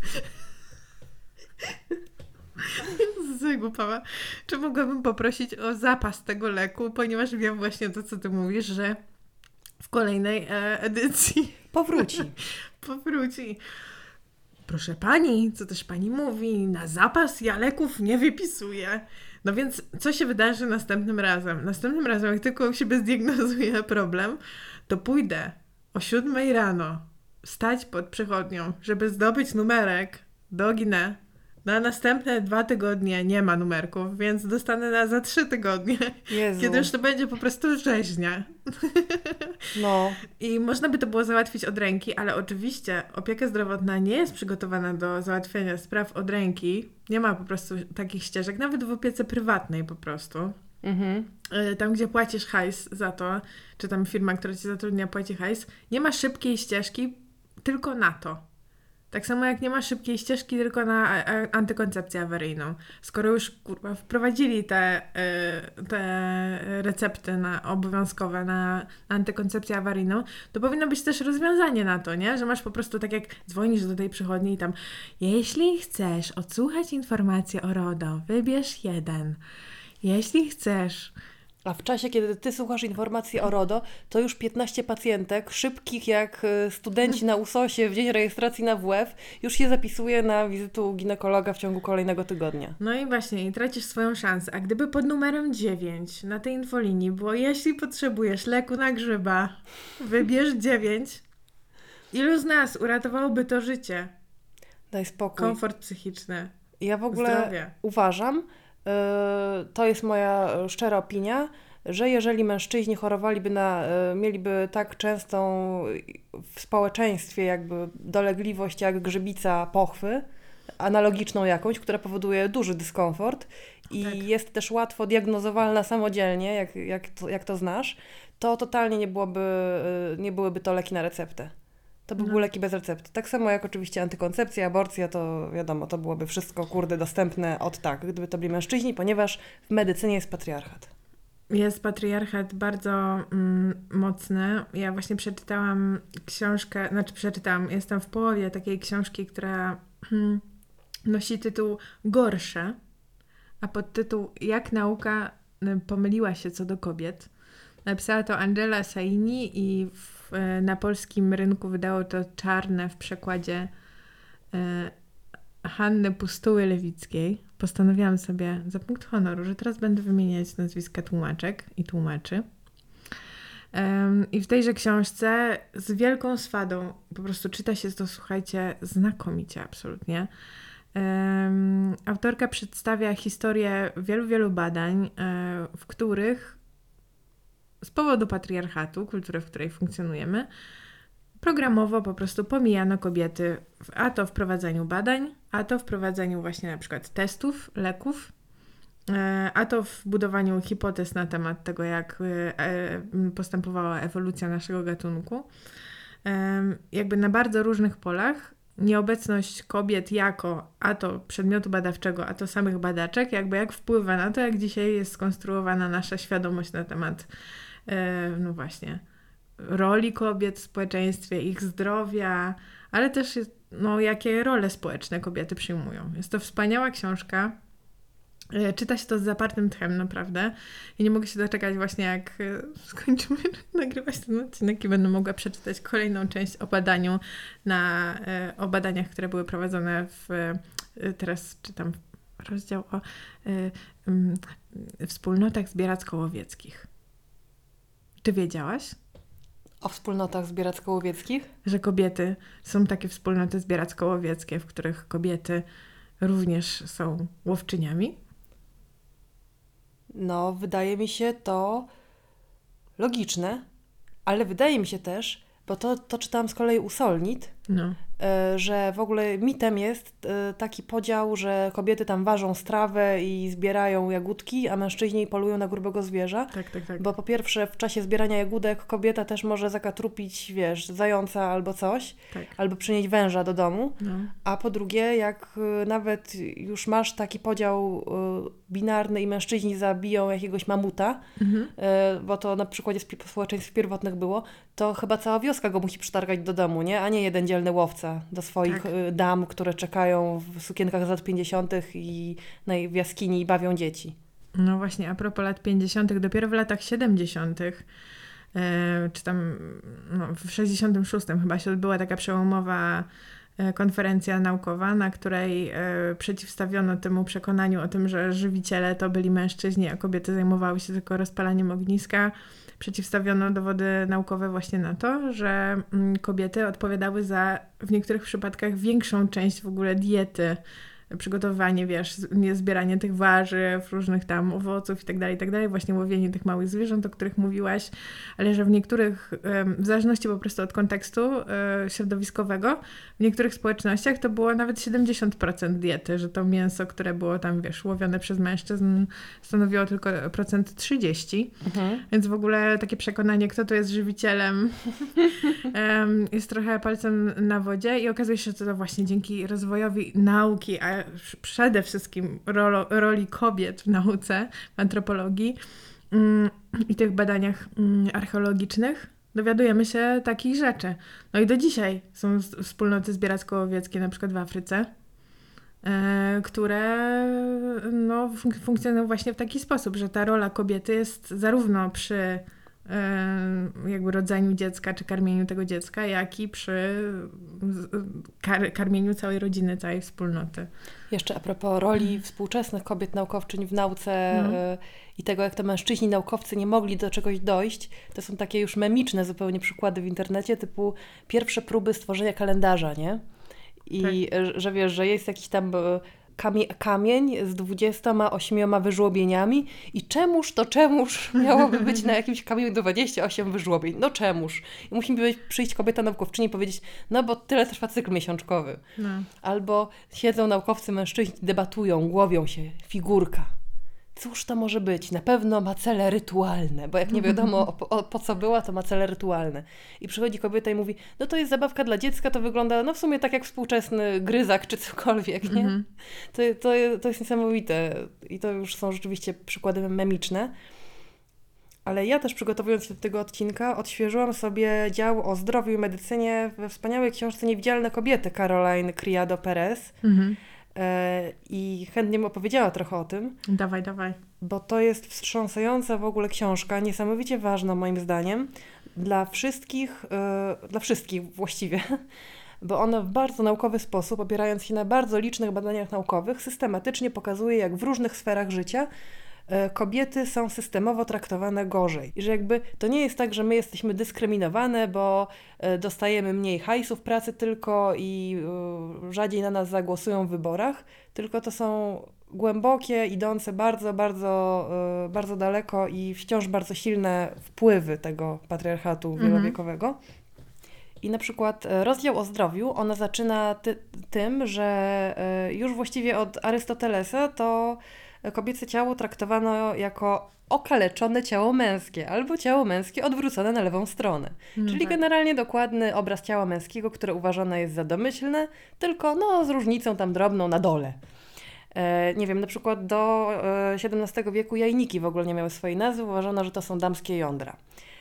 Zagłupała. Czy mogłabym poprosić o zapas tego leku, ponieważ wiem właśnie to, co ty mówisz, że w kolejnej e, edycji Powróci. powróci. Proszę pani, co też pani mówi? Na zapas ja leków nie wypisuję. No więc co się wydarzy następnym razem? Następnym razem, jak tylko u siebie zdiagnozuję problem, to pójdę o siódmej rano stać pod przychodnią, żeby zdobyć numerek do Ginę. Na następne dwa tygodnie nie ma numerków, więc dostanę na za trzy tygodnie, Jezu. kiedy już to będzie po prostu rzeźnia. No. I można by to było załatwić od ręki, ale oczywiście opieka zdrowotna nie jest przygotowana do załatwiania spraw od ręki. Nie ma po prostu takich ścieżek, nawet w opiece prywatnej po prostu. Mhm. Y, Tam, gdzie płacisz hajs za to, czy tam firma, która cię zatrudnia, płaci hajs, nie ma szybkiej ścieżki tylko na to. Tak samo jak nie ma szybkiej ścieżki tylko na a, a, antykoncepcję awaryjną. Skoro już kurwa wprowadzili te, y, te recepty na, obowiązkowe na antykoncepcję awaryjną, to powinno być też rozwiązanie na to, nie? Że masz po prostu tak jak dzwonisz do tej przychodni i tam jeśli chcesz odsłuchać informację o RODO, wybierz jeden. Jeśli chcesz... A w czasie, kiedy ty słuchasz informacji o RODO, to już piętnaście pacjentek, szybkich jak y, studenci na usosie w dzień rejestracji na W F, już się zapisuje na wizytę u ginekologa w ciągu kolejnego tygodnia. No i właśnie, i tracisz swoją szansę. A gdyby pod numerem dziewięć na tej infolinii było, jeśli potrzebujesz leku na grzyba, wybierz dziewięć. Ilu z nas uratowałoby to życie? Daj spokój. Komfort psychiczny, Ja w ogóle zdrowie. uważam, y, to jest moja szczera opinia, że jeżeli mężczyźni chorowaliby na, mieliby tak częstą w społeczeństwie jakby dolegliwość jak grzybica pochwy, analogiczną jakąś, która powoduje duży dyskomfort i tak. jest też łatwo diagnozowalna samodzielnie, jak, jak, to, jak to znasz, to totalnie nie byłoby, nie byłyby to leki na receptę. To by no. były leki bez recepty. Tak samo jak oczywiście antykoncepcja, aborcja, to wiadomo, to byłoby wszystko, kurde, dostępne od tak, gdyby to byli mężczyźni, ponieważ w medycynie jest patriarchat. Jest patriarchat bardzo mm, mocny. Ja właśnie przeczytałam książkę, znaczy przeczytałam, jestem w połowie takiej książki, która hmm, nosi tytuł Gorsze, a podtytuł Jak nauka pomyliła się co do kobiet. Napisała to Angela Saini i w, na polskim rynku wydało to Czarne w przekładzie e, Hanny Pustuły-Lewickiej. Postanowiłam sobie za punkt honoru, że teraz będę wymieniać nazwiska tłumaczek i tłumaczy. Um, I w tejże książce z wielką swadą, po prostu czyta się to, słuchajcie, znakomicie absolutnie. Um, autorka przedstawia historię wielu, wielu badań, e, w których z powodu patriarchatu, kultury, w której funkcjonujemy, programowo po prostu pomijano kobiety, w, a to w prowadzeniu badań, a to w prowadzeniu właśnie na przykład testów, leków, e, a to w budowaniu hipotez na temat tego, jak e, postępowała ewolucja naszego gatunku. E, jakby na bardzo różnych polach nieobecność kobiet jako a to przedmiotu badawczego, a to samych badaczek, jakby jak wpływa na to, jak dzisiaj jest skonstruowana nasza świadomość na temat e, no właśnie roli kobiet w społeczeństwie, ich zdrowia, ale też no, jakie role społeczne kobiety przyjmują. Jest to wspaniała książka. Czyta się to z zapartym tchem, naprawdę. I nie mogę się doczekać właśnie, jak skończymy nagrywać ten odcinek i będę mogła przeczytać kolejną część o badaniu na, o badaniach, które były prowadzone w, teraz czytam rozdział o um, wspólnotach zbieracko-łowieckich. Czy wiedziałaś? O wspólnotach zbieracko-łowieckich? Że kobiety, są takie wspólnoty zbieracko-łowieckie, w których kobiety również są łowczyniami? No, wydaje mi się to logiczne, ale wydaje mi się też, bo to, to czytałam z kolei u Solnit, no. że w ogóle mitem jest taki podział, że kobiety tam ważą strawę i zbierają jagódki, a mężczyźni polują na grubego zwierza. Tak, tak, tak. Bo po pierwsze w czasie zbierania jagódek kobieta też może zakatrupić, wiesz, zająca albo coś, tak. albo przynieść węża do domu. No. A po drugie, jak nawet już masz taki podział binarny i mężczyźni zabiją jakiegoś mamuta, mhm. bo to na przykładzie społeczeństw pierwotnych było, to chyba cała wioska go musi przytargać do domu, nie? A nie jeden dzielny łowca do swoich tak. dam, które czekają w sukienkach z lat pięćdziesiątych i w jaskini i bawią dzieci. No właśnie, a propos lat pięćdziesiątych, dopiero w latach siedemdziesiątych, e, czy tam no, w sześćdziesiątym szóstym chyba się odbyła taka przełomowa e, konferencja naukowa, na której e, przeciwstawiono temu przekonaniu o tym, że żywiciele to byli mężczyźni, a kobiety zajmowały się tylko rozpalaniem ogniska. Przeciwstawiono dowody naukowe właśnie na to, że kobiety odpowiadały za w niektórych przypadkach większą część w ogóle diety, przygotowanie, wiesz, zbieranie tych warzyw, różnych tam owoców i tak dalej, i tak dalej, właśnie łowienie tych małych zwierząt, o których mówiłaś, ale że w niektórych, w zależności po prostu od kontekstu środowiskowego, w niektórych społecznościach to było nawet siedemdziesiąt procent diety, że to mięso, które było tam, wiesz, łowione przez mężczyzn, stanowiło tylko procent trzydzieści. Mhm. Więc w ogóle takie przekonanie, kto to jest żywicielem, jest trochę palcem na wodzie i okazuje się, że to właśnie dzięki rozwojowi nauki, a przede wszystkim rolo, roli kobiet w nauce, w antropologii mm, i tych badaniach mm, archeologicznych dowiadujemy się takich rzeczy. No i do dzisiaj są wspólnoty zbieracko-łowieckie, na przykład w Afryce, e, które no, fun- funkcjonują właśnie w taki sposób, że ta rola kobiety jest zarówno przy jakby rodzeniu dziecka, czy karmieniu tego dziecka, jak i przy kar- karmieniu całej rodziny, całej wspólnoty. Jeszcze a propos roli współczesnych kobiet naukowczyń w nauce no. y, i tego, jak to mężczyźni naukowcy nie mogli do czegoś dojść, to są takie już memiczne zupełnie przykłady w internecie, typu pierwsze próby stworzenia kalendarza, nie? I tak. że wiesz, że jest jakiś tam kamie- kamień z dwudziestoma ośmioma wyżłobieniami i czemuż to czemuż miałoby być na jakimś kamieniu dwadzieścia osiem wyżłobień? No czemuż? I musi być, przyjść kobieta naukowczyni i powiedzieć, no bo tyle trwa cykl miesiączkowy. No. Albo siedzą naukowcy mężczyźni, debatują, głowią się, figurka. Cóż to może być? Na pewno ma cele rytualne, bo jak nie wiadomo o, o, po co była, to ma cele rytualne. I przychodzi kobieta i mówi, no to jest zabawka dla dziecka, to wygląda no w sumie tak jak współczesny gryzak czy cokolwiek, nie? Mm-hmm. To, to, to jest niesamowite i to już są rzeczywiście przykłady memiczne. Ale ja też przygotowując się do tego odcinka odświeżyłam sobie dział o zdrowiu i medycynie we wspaniałej książce Niewidzialne kobiety Caroline Criado Perez. Mm-hmm. I chętnie bym opowiedziała trochę o tym. Dawaj, dawaj. Bo to jest wstrząsająca w ogóle książka, niesamowicie ważna moim zdaniem dla wszystkich, yy, dla wszystkich właściwie, bo ona w bardzo naukowy sposób, opierając się na bardzo licznych badaniach naukowych, systematycznie pokazuje, jak w różnych sferach życia kobiety są systemowo traktowane gorzej. I że jakby to nie jest tak, że my jesteśmy dyskryminowane, bo dostajemy mniej hajsu w pracy tylko i rzadziej na nas zagłosują w wyborach, tylko to są głębokie, idące bardzo, bardzo, bardzo daleko i wciąż bardzo silne wpływy tego patriarchatu mhm. wielowiekowego. I na przykład rozdział o zdrowiu, ona zaczyna ty- tym, że już właściwie od Arystotelesa to kobiece ciało traktowano jako okaleczone ciało męskie albo ciało męskie odwrócone na lewą stronę. No Czyli tak. generalnie dokładny obraz ciała męskiego, które uważane jest za domyślne, tylko no, z różnicą tam drobną na dole. E, nie wiem, na przykład do e, siedemnastego wieku jajniki w ogóle nie miały swojej nazwy, uważano, że to są damskie jądra.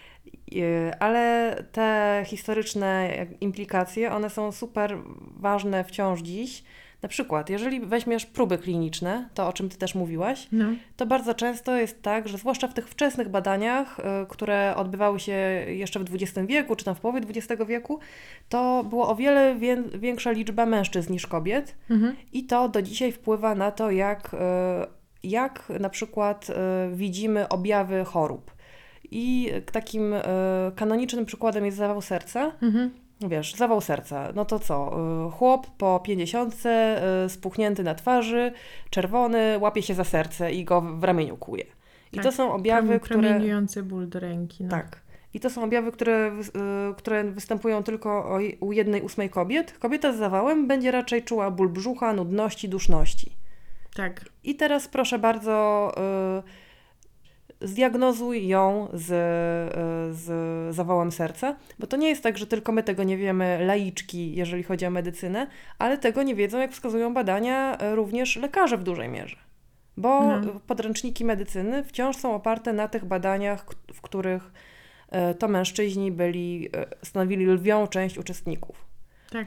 E, ale te historyczne implikacje, one są super ważne wciąż dziś. Na przykład, jeżeli weźmiesz próby kliniczne, to o czym ty też mówiłaś, no. to bardzo często jest tak, że zwłaszcza w tych wczesnych badaniach, y, które odbywały się jeszcze w dwudziestym wieku, czy tam w połowie dwudziestego wieku, to było o wiele wie- większa liczba mężczyzn niż kobiet mhm. i to do dzisiaj wpływa na to, jak, y, jak na przykład y, widzimy objawy chorób. I takim y, kanonicznym przykładem jest zawał serca. Mhm. Wiesz, zawał serca, no to co, chłop po pięćdziesiątce, spuchnięty na twarzy, czerwony, łapie się za serce i go w ramieniu kłuje. I tak, to są objawy, które... Promieniujący ból do ręki. No. Tak. I to są objawy, które, które występują tylko u jednej ósmej kobiet. Kobieta z zawałem będzie raczej czuła ból brzucha, nudności, duszności. Tak. I teraz proszę bardzo... Y- Zdiagnozuj ją z, z zawałem serca, bo to nie jest tak, że tylko my tego nie wiemy, laiczki, jeżeli chodzi o medycynę, ale tego nie wiedzą, jak wskazują badania, również lekarze w dużej mierze. Bo no. podręczniki medycyny wciąż są oparte na tych badaniach, w których to mężczyźni byli, stanowili lwią część uczestników. Tak.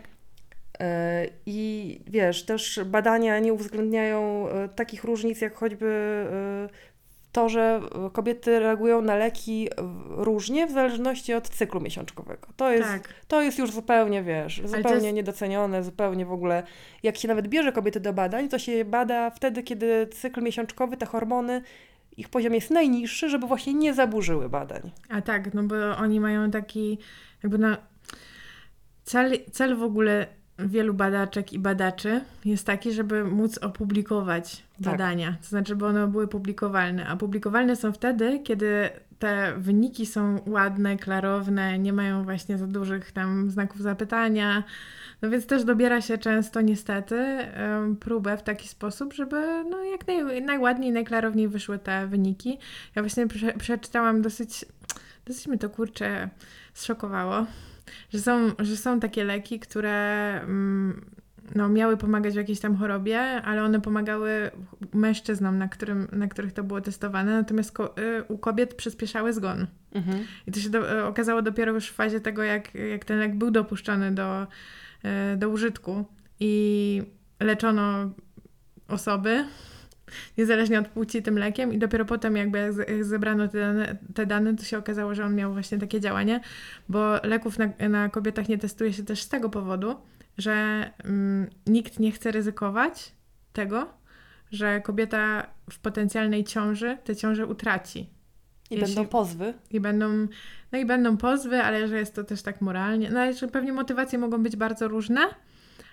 I wiesz, też badania nie uwzględniają takich różnic, jak choćby to, że kobiety reagują na leki różnie w zależności od cyklu miesiączkowego. To jest, tak. to jest już zupełnie, wiesz, zupełnie jest... niedocenione, zupełnie w ogóle. Jak się nawet bierze kobiety do badań, to się je bada wtedy, kiedy cykl miesiączkowy, te hormony, ich poziom jest najniższy, żeby właśnie nie zaburzyły badań. A tak, no bo oni mają taki jakby na... Cel, cel w ogóle wielu badaczek i badaczy jest taki, żeby móc opublikować badania. Tak. To znaczy, żeby one były publikowalne. A publikowalne są wtedy, kiedy te wyniki są ładne, klarowne, nie mają właśnie za dużych tam znaków zapytania. No więc też dobiera się często niestety um, próbę w taki sposób, żeby no jak naj, najładniej, najklarowniej wyszły te wyniki. Ja właśnie prze, przeczytałam dosyć, dosyć mnie to kurczę zszokowało. Że są, że są takie leki, które mm, no, miały pomagać w jakiejś tam chorobie, ale one pomagały mężczyznom, na, którym, na których to było testowane, natomiast ko- y, u kobiet przyspieszały zgon. Mhm. I to się do, y, okazało dopiero już w fazie tego, jak, jak ten lek był dopuszczony do, y, do użytku i leczono osoby niezależnie od płci tym lekiem i dopiero potem jakby jak zebrano te dane, te dane, to się okazało, że on miał właśnie takie działanie, bo leków na, na kobietach nie testuje się też z tego powodu, że mm, nikt nie chce ryzykować tego, że kobieta w potencjalnej ciąży tę ciążę utraci. I Jeśli, będą pozwy. I będą, no i będą pozwy, ale że jest to też tak moralnie, no ale że pewnie motywacje mogą być bardzo różne,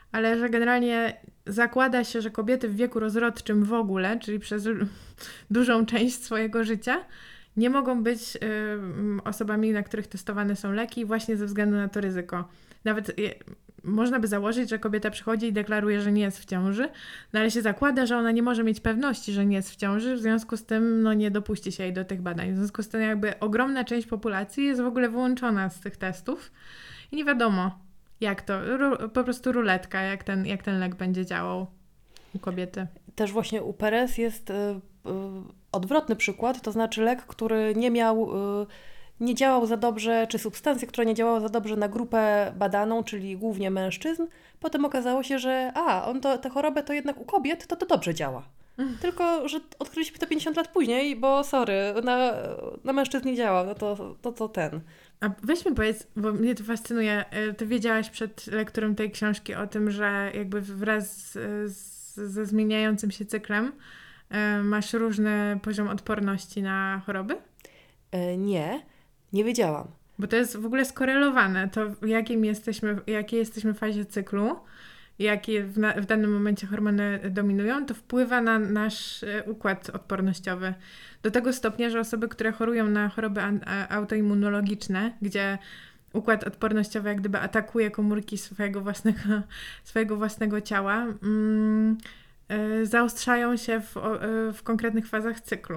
ale że generalnie zakłada się, że kobiety w wieku rozrodczym w ogóle, czyli przez l- dużą część swojego życia, nie mogą być y, osobami, na których testowane są leki właśnie ze względu na to ryzyko. Nawet y, można by założyć, że kobieta przychodzi i deklaruje, że nie jest w ciąży, no ale się zakłada, że ona nie może mieć pewności, że nie jest w ciąży, w związku z tym no, nie dopuści się jej do tych badań. W związku z tym jakby ogromna część populacji jest w ogóle wyłączona z tych testów i nie wiadomo, jak to, ru, po prostu ruletka, jak ten, jak ten lek będzie działał u kobiety. Też właśnie u Perez jest y, y, odwrotny przykład, to znaczy lek, który nie miał, y, nie działał za dobrze, czy substancja, która nie działała za dobrze na grupę badaną, czyli głównie mężczyzn. Potem okazało się, że a, on to, tę chorobę to jednak u kobiet to to dobrze działa. Mm. Tylko, że odkryliśmy to pięćdziesiąt lat później, bo sorry, na, na mężczyzn nie działa, no to, to, to ten. A weź mi powiedz, bo mnie to fascynuje, ty wiedziałaś przed lekturą tej książki o tym, że jakby wraz z, z, ze zmieniającym się cyklem y, masz różny poziom odporności na choroby? E, nie, nie wiedziałam. Bo to jest w ogóle skorelowane, to w jakim jesteśmy, jakiej jesteśmy fazie cyklu, jakie w, na, w danym momencie hormony dominują, to wpływa na nasz y, układ odpornościowy. Do tego stopnia, że osoby, które chorują na choroby an, a, autoimmunologiczne, gdzie układ odpornościowy jak gdyby atakuje komórki swojego własnego, swojego własnego ciała, mm, y, zaostrzają się w, o, y, w konkretnych fazach cyklu.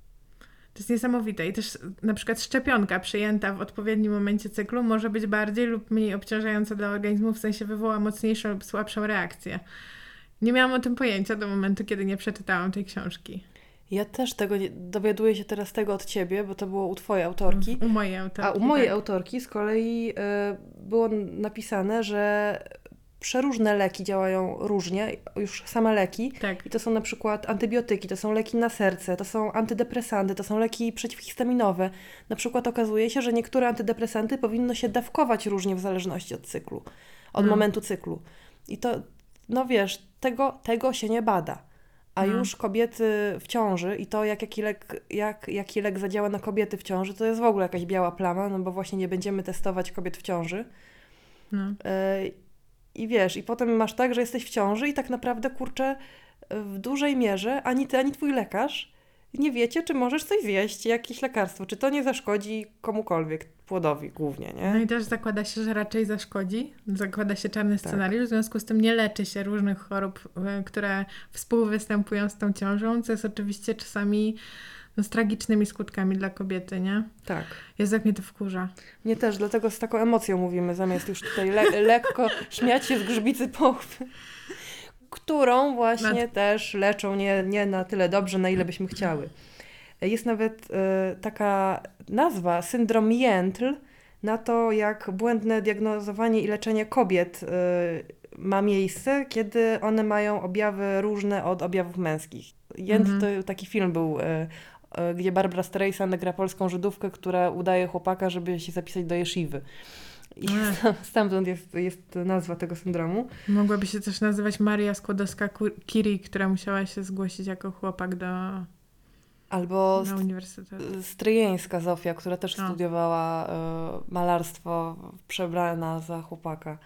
To jest niesamowite. I też na przykład szczepionka przyjęta w odpowiednim momencie cyklu może być bardziej lub mniej obciążająca dla organizmu, w sensie wywoła mocniejszą lub słabszą reakcję. Nie miałam o tym pojęcia do momentu, kiedy nie przeczytałam tej książki. Ja też tego nie, dowiaduję się teraz tego od ciebie, bo to było u twojej autorki. U mojej autorki. A u mojej tak. autorki z kolei y, było napisane, że przeróżne leki działają różnie, już same leki. Tak. I to są na przykład antybiotyki, to są leki na serce, to są antydepresanty, to są leki przeciwhistaminowe. Na przykład okazuje się, że niektóre antydepresanty powinno się dawkować różnie w zależności od cyklu, od no. momentu cyklu. I to, no wiesz, tego, tego się nie bada. A no. już kobiety w ciąży i to, jak jaki, lek, jak jaki lek zadziała na kobiety w ciąży, to jest w ogóle jakaś biała plama, no bo właśnie nie będziemy testować kobiet w ciąży. No. Y- I wiesz, i potem masz tak, że jesteś w ciąży i tak naprawdę, kurczę, w dużej mierze ani ty, ani twój lekarz nie wiecie, czy możesz coś zjeść, jakieś lekarstwo, czy to nie zaszkodzi komukolwiek, płodowi głównie, nie? No i też zakłada się, że raczej zaszkodzi. Zakłada się czarny scenariusz, tak. W związku z tym nie leczy się różnych chorób, które współwystępują z tą ciążą, co jest oczywiście czasami no, z tragicznymi skutkami dla kobiety, nie? Tak. Jezu, jak mnie to wkurza. Mnie też, dlatego z taką emocją mówimy, zamiast już tutaj le- lekko śmiać się z grzbicy pochwy, którą właśnie Nad... też leczą nie, nie na tyle dobrze, na ile byśmy chciały. Jest nawet y, taka nazwa, syndrom Jentl, na to, jak błędne diagnozowanie i leczenie kobiet y, ma miejsce, kiedy one mają objawy różne od objawów męskich. Jentl mhm. to taki film był, y, y, gdzie Barbara Streisand gra polską Żydówkę, która udaje chłopaka, żeby się zapisać do jesziwy. I stamtąd jest, jest nazwa tego syndromu. Mogłaby się też nazywać Maria Skłodowska-Curie, która musiała się zgłosić jako chłopak do Albo na uniwersytet. Stryjeńska Zofia, która też o. studiowała y, malarstwo, przebrana za chłopaka.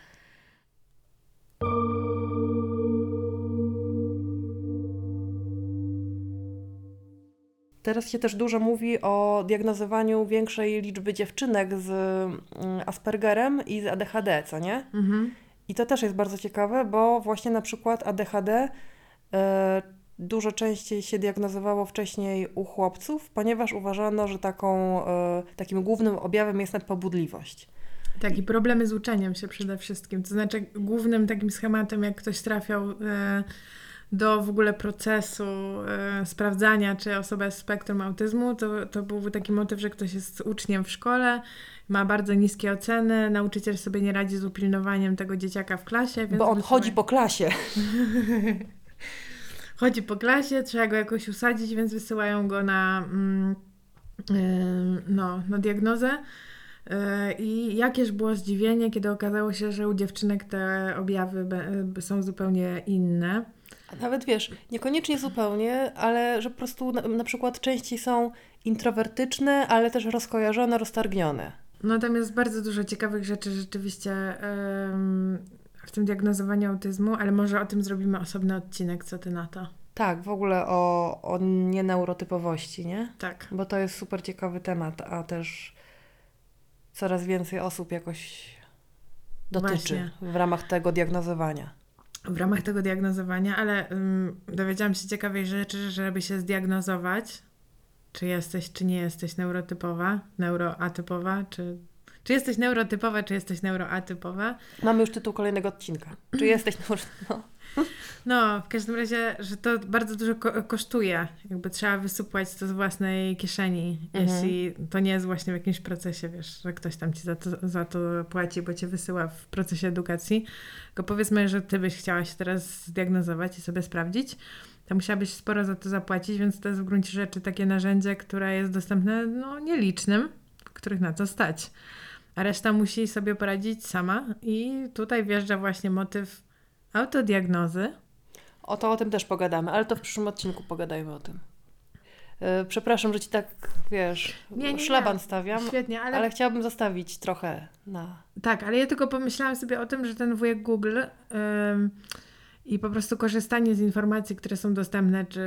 Teraz się też dużo mówi o diagnozowaniu większej liczby dziewczynek z Aspergerem i z A D H D, co nie? Mhm. I to też jest bardzo ciekawe, bo właśnie na przykład A D H D y, dużo częściej się diagnozowało wcześniej u chłopców, ponieważ uważano, że taką, y, takim głównym objawem jest nadpobudliwość. Tak, i problemy z uczeniem się przede wszystkim. To znaczy głównym takim schematem, jak ktoś trafiał y, do w ogóle procesu y, sprawdzania, czy osoba jest w spektrum autyzmu, to, to był taki motyw, że ktoś jest uczniem w szkole, ma bardzo niskie oceny, nauczyciel sobie nie radzi z upilnowaniem tego dzieciaka w klasie. Więc bo on chodzi po klasie. Chodzi po klasie, trzeba go jakoś usadzić, więc wysyłają go na, mm, yy, no, na diagnozę. Yy, I jakież było zdziwienie, kiedy okazało się, że u dziewczynek te objawy be, są zupełnie inne. A nawet wiesz, niekoniecznie zupełnie, ale że po prostu na, na przykład częściej są introwertyczne, ale też rozkojarzone, roztargnione. No tam jest bardzo dużo ciekawych rzeczy rzeczywiście. Yy, w tym diagnozowaniu autyzmu, ale może o tym zrobimy osobny odcinek, co ty na to? Tak, w ogóle o, o nieneurotypowości, nie? Tak. Bo to jest super ciekawy temat, a też coraz więcej osób jakoś dotyczy Właśnie. w ramach tego diagnozowania. W ramach tego diagnozowania, ale um, dowiedziałam się ciekawej rzeczy, że żeby się zdiagnozować, czy jesteś, czy nie jesteś neurotypowa, neuroatypowa, czy... Czy jesteś neurotypowa, czy jesteś neuroatypowa? Mamy już tytuł kolejnego odcinka. Czy jesteś neurotypowa? No, w każdym razie, że to bardzo dużo ko- kosztuje. Jakby trzeba wysupłać to z własnej kieszeni, Mhm. jeśli to nie jest właśnie w jakimś procesie, wiesz, że ktoś tam ci za to, za to płaci, bo cię wysyła w procesie edukacji. Tylko powiedzmy, że ty byś chciała się teraz zdiagnozować i sobie sprawdzić, to musiałabyś sporo za to zapłacić, więc to jest w gruncie rzeczy takie narzędzie, które jest dostępne no, nielicznym, których na to stać. A reszta musi sobie poradzić sama i tutaj wjeżdża właśnie motyw autodiagnozy. O to o tym też pogadamy, ale to w przyszłym odcinku pogadajmy o tym. Yy, przepraszam, że ci tak, wiesz, Nie, nie, szlaban nie. stawiam, Świetnie, ale... ale chciałabym zostawić trochę na... Tak, ale ja tylko pomyślałam sobie o tym, że ten wujek Google ym, i po prostu korzystanie z informacji, które są dostępne, czy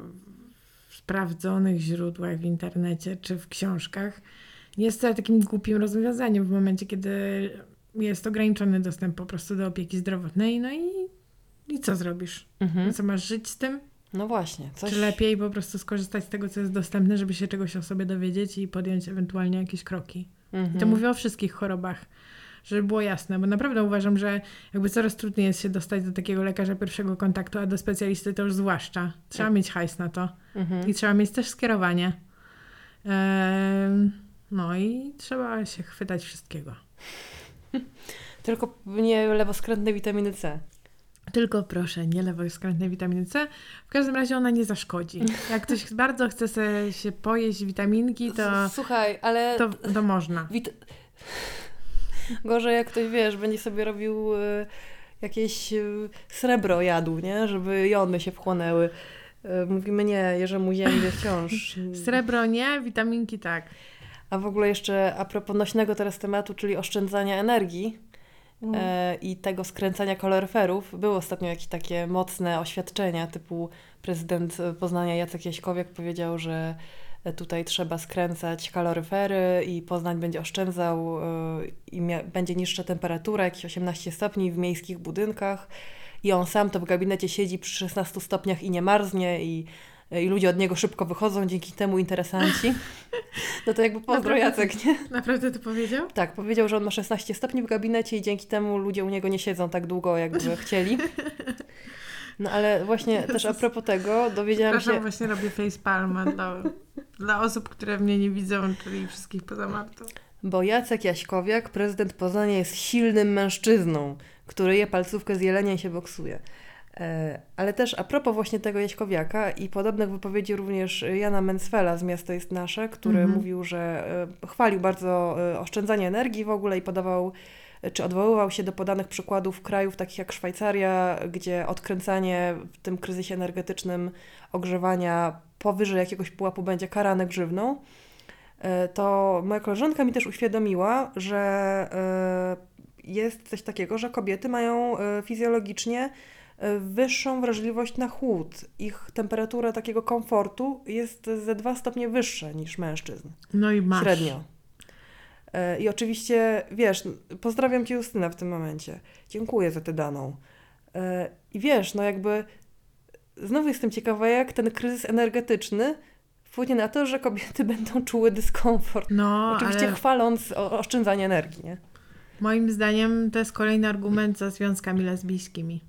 w sprawdzonych źródłach w internecie, czy w książkach, nie jest wcale takim głupim rozwiązaniem w momencie, kiedy jest ograniczony dostęp po prostu do opieki zdrowotnej. No i, i co zrobisz? Mhm. Co, masz żyć z tym? No właśnie. Coś... Czy lepiej po prostu skorzystać z tego, co jest dostępne, żeby się czegoś o sobie dowiedzieć i podjąć ewentualnie jakieś kroki? Mhm. I to mówię o wszystkich chorobach, żeby było jasne, bo naprawdę uważam, że jakby coraz trudniej jest się dostać do takiego lekarza pierwszego kontaktu, a do specjalisty to już zwłaszcza. Trzeba Tak. mieć hajs na to Mhm. i trzeba mieć też skierowanie. Ehm, no i trzeba się chwytać wszystkiego. Tylko nie lewoskrętnej witaminy C. Tylko proszę, nie lewoskrętnej witaminy C. W każdym razie ona nie zaszkodzi. Jak ktoś bardzo chce sobie się pojeść witaminki, to, Słuchaj, ale... to, to można. Wit... Gorzej jak ktoś, wiesz, będzie sobie robił y, jakieś y, srebro jadł, nie? Żeby jony się wchłonęły. Y, mówimy nie, Jerzemu Ziębie wciąż. Srebro nie, witaminki tak. A w ogóle jeszcze a propos nośnego teraz tematu, czyli oszczędzania energii Mm. e, i tego skręcania kaloryferów. Były ostatnio jakieś takie mocne oświadczenia, typu prezydent Poznania Jacek Jaśkowiak powiedział, że tutaj trzeba skręcać kaloryfery i Poznań będzie oszczędzał y, i mia- będzie niższa temperatura, jakieś osiemnaście stopni w miejskich budynkach i on sam to w gabinecie siedzi przy szesnastu stopniach i nie marznie i, i ludzie od niego szybko wychodzą, dzięki temu interesanci. No to jakby pozdro Naprawdę? Jacek, nie? Naprawdę to powiedział? Tak, powiedział, że on ma szesnaście stopni w gabinecie i dzięki temu ludzie u niego nie siedzą tak długo, jakby chcieli. No ale właśnie też a propos tego dowiedziałam Przepraszam, się... właśnie robię facepalma dla, dla osób, które mnie nie widzą, czyli wszystkich poza Martą. Bo Jacek Jaśkowiak, prezydent Poznania, jest silnym mężczyzną, który je palcówkę z jelenia i się boksuje. E, ale też a propos właśnie tego Jaśkowiaka i podobnych wypowiedzi również Jana Mencfela z Miasto jest Nasze, który Mhm. mówił, że e, chwalił bardzo e, oszczędzanie energii w ogóle i podawał, e, czy odwoływał się do podanych przykładów krajów takich jak Szwajcaria, gdzie odkręcanie w tym kryzysie energetycznym ogrzewania powyżej jakiegoś pułapu będzie karane grzywną. To moja koleżanka mi też uświadomiła, że jest coś takiego, że kobiety mają fizjologicznie wyższą wrażliwość na chłód. Ich temperatura takiego komfortu jest ze dwa stopnie wyższa niż mężczyzn. No i masz. Średnio. I oczywiście, wiesz, pozdrawiam Cię Justyna w tym momencie. Dziękuję za tę daną. I wiesz, no jakby znowu jestem ciekawa, jak ten kryzys energetyczny wpłynie na to, że kobiety będą czuły dyskomfort. No, Oczywiście ale chwaląc o oszczędzanie energii, nie? moim zdaniem to jest kolejny argument za związkami lesbijskimi.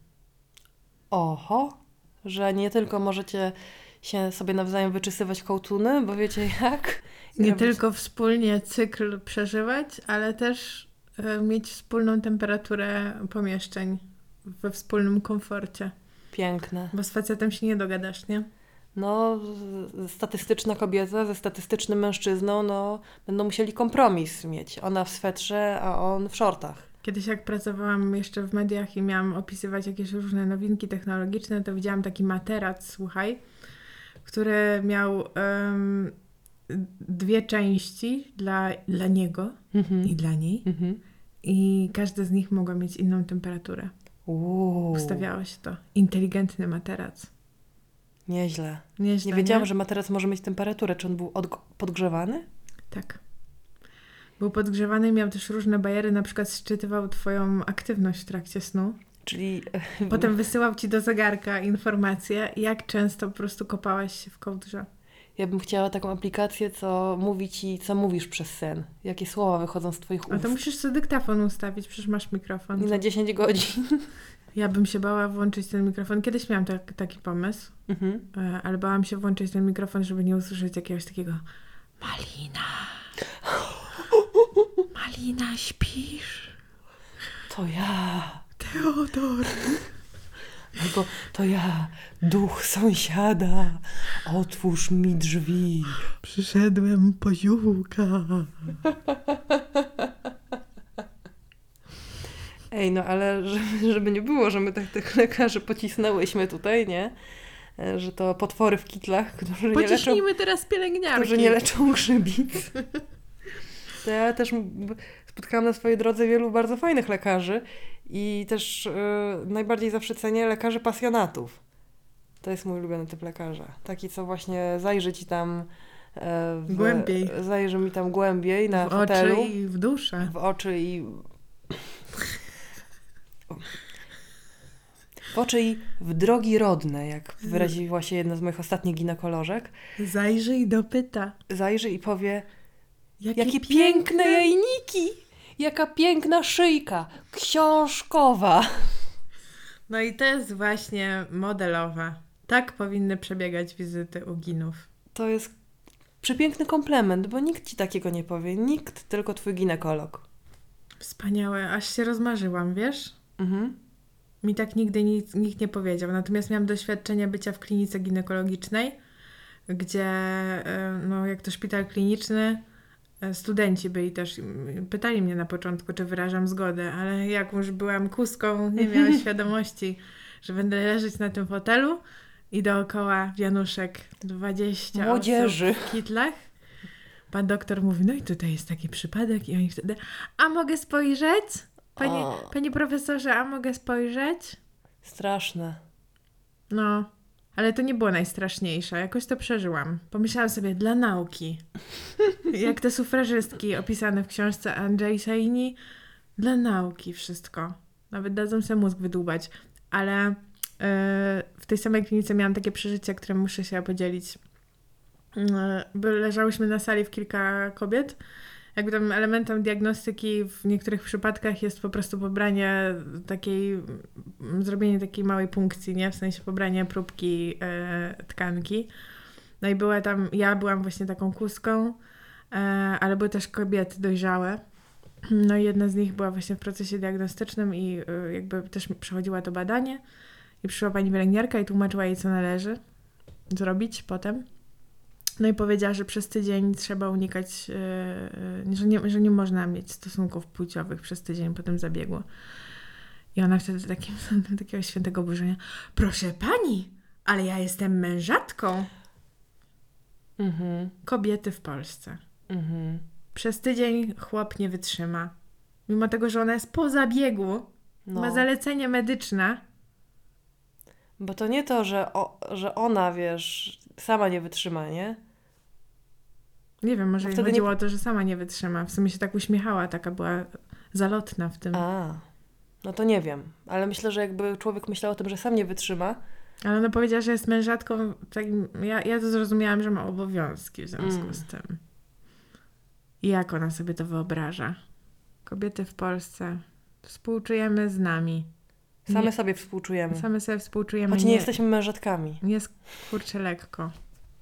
Oho, że nie tylko możecie się sobie nawzajem wyczysywać kołtuny, bo wiecie jak? I Nie robić... tylko wspólnie cykl przeżywać, ale też y, mieć wspólną temperaturę pomieszczeń we wspólnym komforcie. Piękne. Bo z facetem się nie dogadasz, nie? No, z- statystyczna kobieta ze statystycznym mężczyzną, no, będą musieli kompromis mieć. Ona w swetrze, a on w shortach. Kiedyś jak pracowałam jeszcze w mediach i miałam opisywać jakieś różne nowinki technologiczne, to widziałam taki materac, słuchaj, który miał em, dwie części dla, dla niego Mhm. i dla niej Mhm. i każde z nich mogło mieć inną temperaturę. Uuu, Ustawiało się to. Inteligentny materac. nieźle. Nieźle, Nie wiedziałam, nie? że materac może mieć temperaturę. Czy on był odg- podgrzewany? Tak. Był podgrzewany, miał też różne bajery, na przykład szczytywał twoją aktywność w trakcie snu. Czyli Potem wysyłał ci do zegarka informację, jak często po prostu kopałaś się w kołdrze. ja bym chciała taką aplikację, co mówi ci, co mówisz przez sen. Jakie słowa wychodzą z twoich A ust. to musisz sobie dyktafon ustawić, przecież masz mikrofon. I na dziesięć godzin. Ja bym się bała włączyć ten mikrofon. Kiedyś miałam tak, taki pomysł, Mhm. e, ale bałam się włączyć ten mikrofon, żeby nie usłyszeć jakiegoś takiego Malina. Malina, śpisz? To ja. Teodor. Albo to ja, duch sąsiada. Otwórz mi drzwi. Przyszedłem po ziółka. Ej, no ale żeby, żeby nie było, że my tak tych lekarzy pocisnęłyśmy tutaj, nie? E, Że to potwory w kitlach, którzy nie leczą, Pociśnijmy teraz pielęgniarki. którzy nie leczą grzybic. To ja też m- spotkałam na swojej drodze wielu bardzo fajnych lekarzy i też e, najbardziej zawsze cenię lekarzy pasjonatów. To jest mój ulubiony typ lekarza. Taki, co właśnie zajrzy ci tam e, w, Głębiej. Zajrzy mi tam głębiej na w fotelu. oczy i w duszę. W oczy i... W oczy i w drogi rodne, jak wyraziła się jedna z moich ostatnich ginekolożek. Zajrzyj do pyta. Zajrzy i powie, Jakie, jakie piękne jajniki! Jaka piękna szyjka! Książkowa! No i to jest właśnie modelowa. Tak powinny przebiegać wizyty u ginów. To jest przepiękny komplement, bo nikt ci takiego nie powie. Nikt, tylko twój ginekolog. Wspaniałe, aż się rozmarzyłam, wiesz? Mhm. Mi tak nigdy nic, nikt nie powiedział. Natomiast miałam doświadczenie bycia w klinice ginekologicznej, gdzie, e, no jak to szpital kliniczny, e, studenci byli też, m, pytali mnie na początku, czy wyrażam zgodę, ale jak już byłam kuską, nie miałam świadomości, że będę leżeć na tym fotelu i dookoła wianuszek dwadzieścia Młodzieży. osób w kitlach. Pan doktor mówi, no i tutaj jest taki przypadek i oni wtedy, a mogę spojrzeć? Panie, O. panie profesorze, a mogę spojrzeć? Straszne. No, ale to nie było najstraszniejsze. Jakoś to przeżyłam. Pomyślałam sobie, dla nauki. Jak te sufrażystki opisane w książce Andrzej Saini. Dla nauki wszystko. Nawet dadzą sobie mózg wydłubać. Ale yy, w tej samej klinice miałam takie przeżycie, które muszę się podzielić. Yy, by leżałyśmy na sali w kilka kobiet. Jakby tam elementem diagnostyki w niektórych przypadkach jest po prostu pobranie takiej, mm, zrobienie takiej małej punkcji, nie? W sensie pobranie próbki e, tkanki. No i była tam, ja byłam właśnie taką kuską, e, ale były też kobiety dojrzałe. No i jedna z nich była właśnie w procesie diagnostycznym i e, jakby też przechodziła to badanie i przyszła pani pielęgniarka i tłumaczyła jej, co należy zrobić potem. No i powiedziała, że przez tydzień trzeba unikać, yy, że, nie, że nie można mieć stosunków płciowych przez tydzień po tym zabiegu. I ona wtedy takim, takiego świętego oburzenia, proszę pani, ale ja jestem mężatką Mhm. kobiety w Polsce. Mhm. Przez tydzień chłop nie wytrzyma. Mimo tego, że ona jest po zabiegu, No. ma zalecenie medyczne. Bo to nie to, że, o, że ona, wiesz, sama nie wytrzyma, nie? Nie wiem, może No jej wtedy chodziło nie- o to, że sama nie wytrzyma. W sumie się tak uśmiechała, taka była zalotna w tym. A, no to nie wiem. Ale myślę, że jakby człowiek myślał o tym, że sam nie wytrzyma, Ale ona powiedziała, że jest mężatką, takim, ja, ja to zrozumiałam, że ma obowiązki w związku Mm. z tym. I jak ona sobie to wyobraża? Kobiety w Polsce, współczujemy z nami. same Nie- sobie współczujemy. Same sobie współczujemy. Choć nie jesteśmy mężatkami. Nie jest kurczę lekko.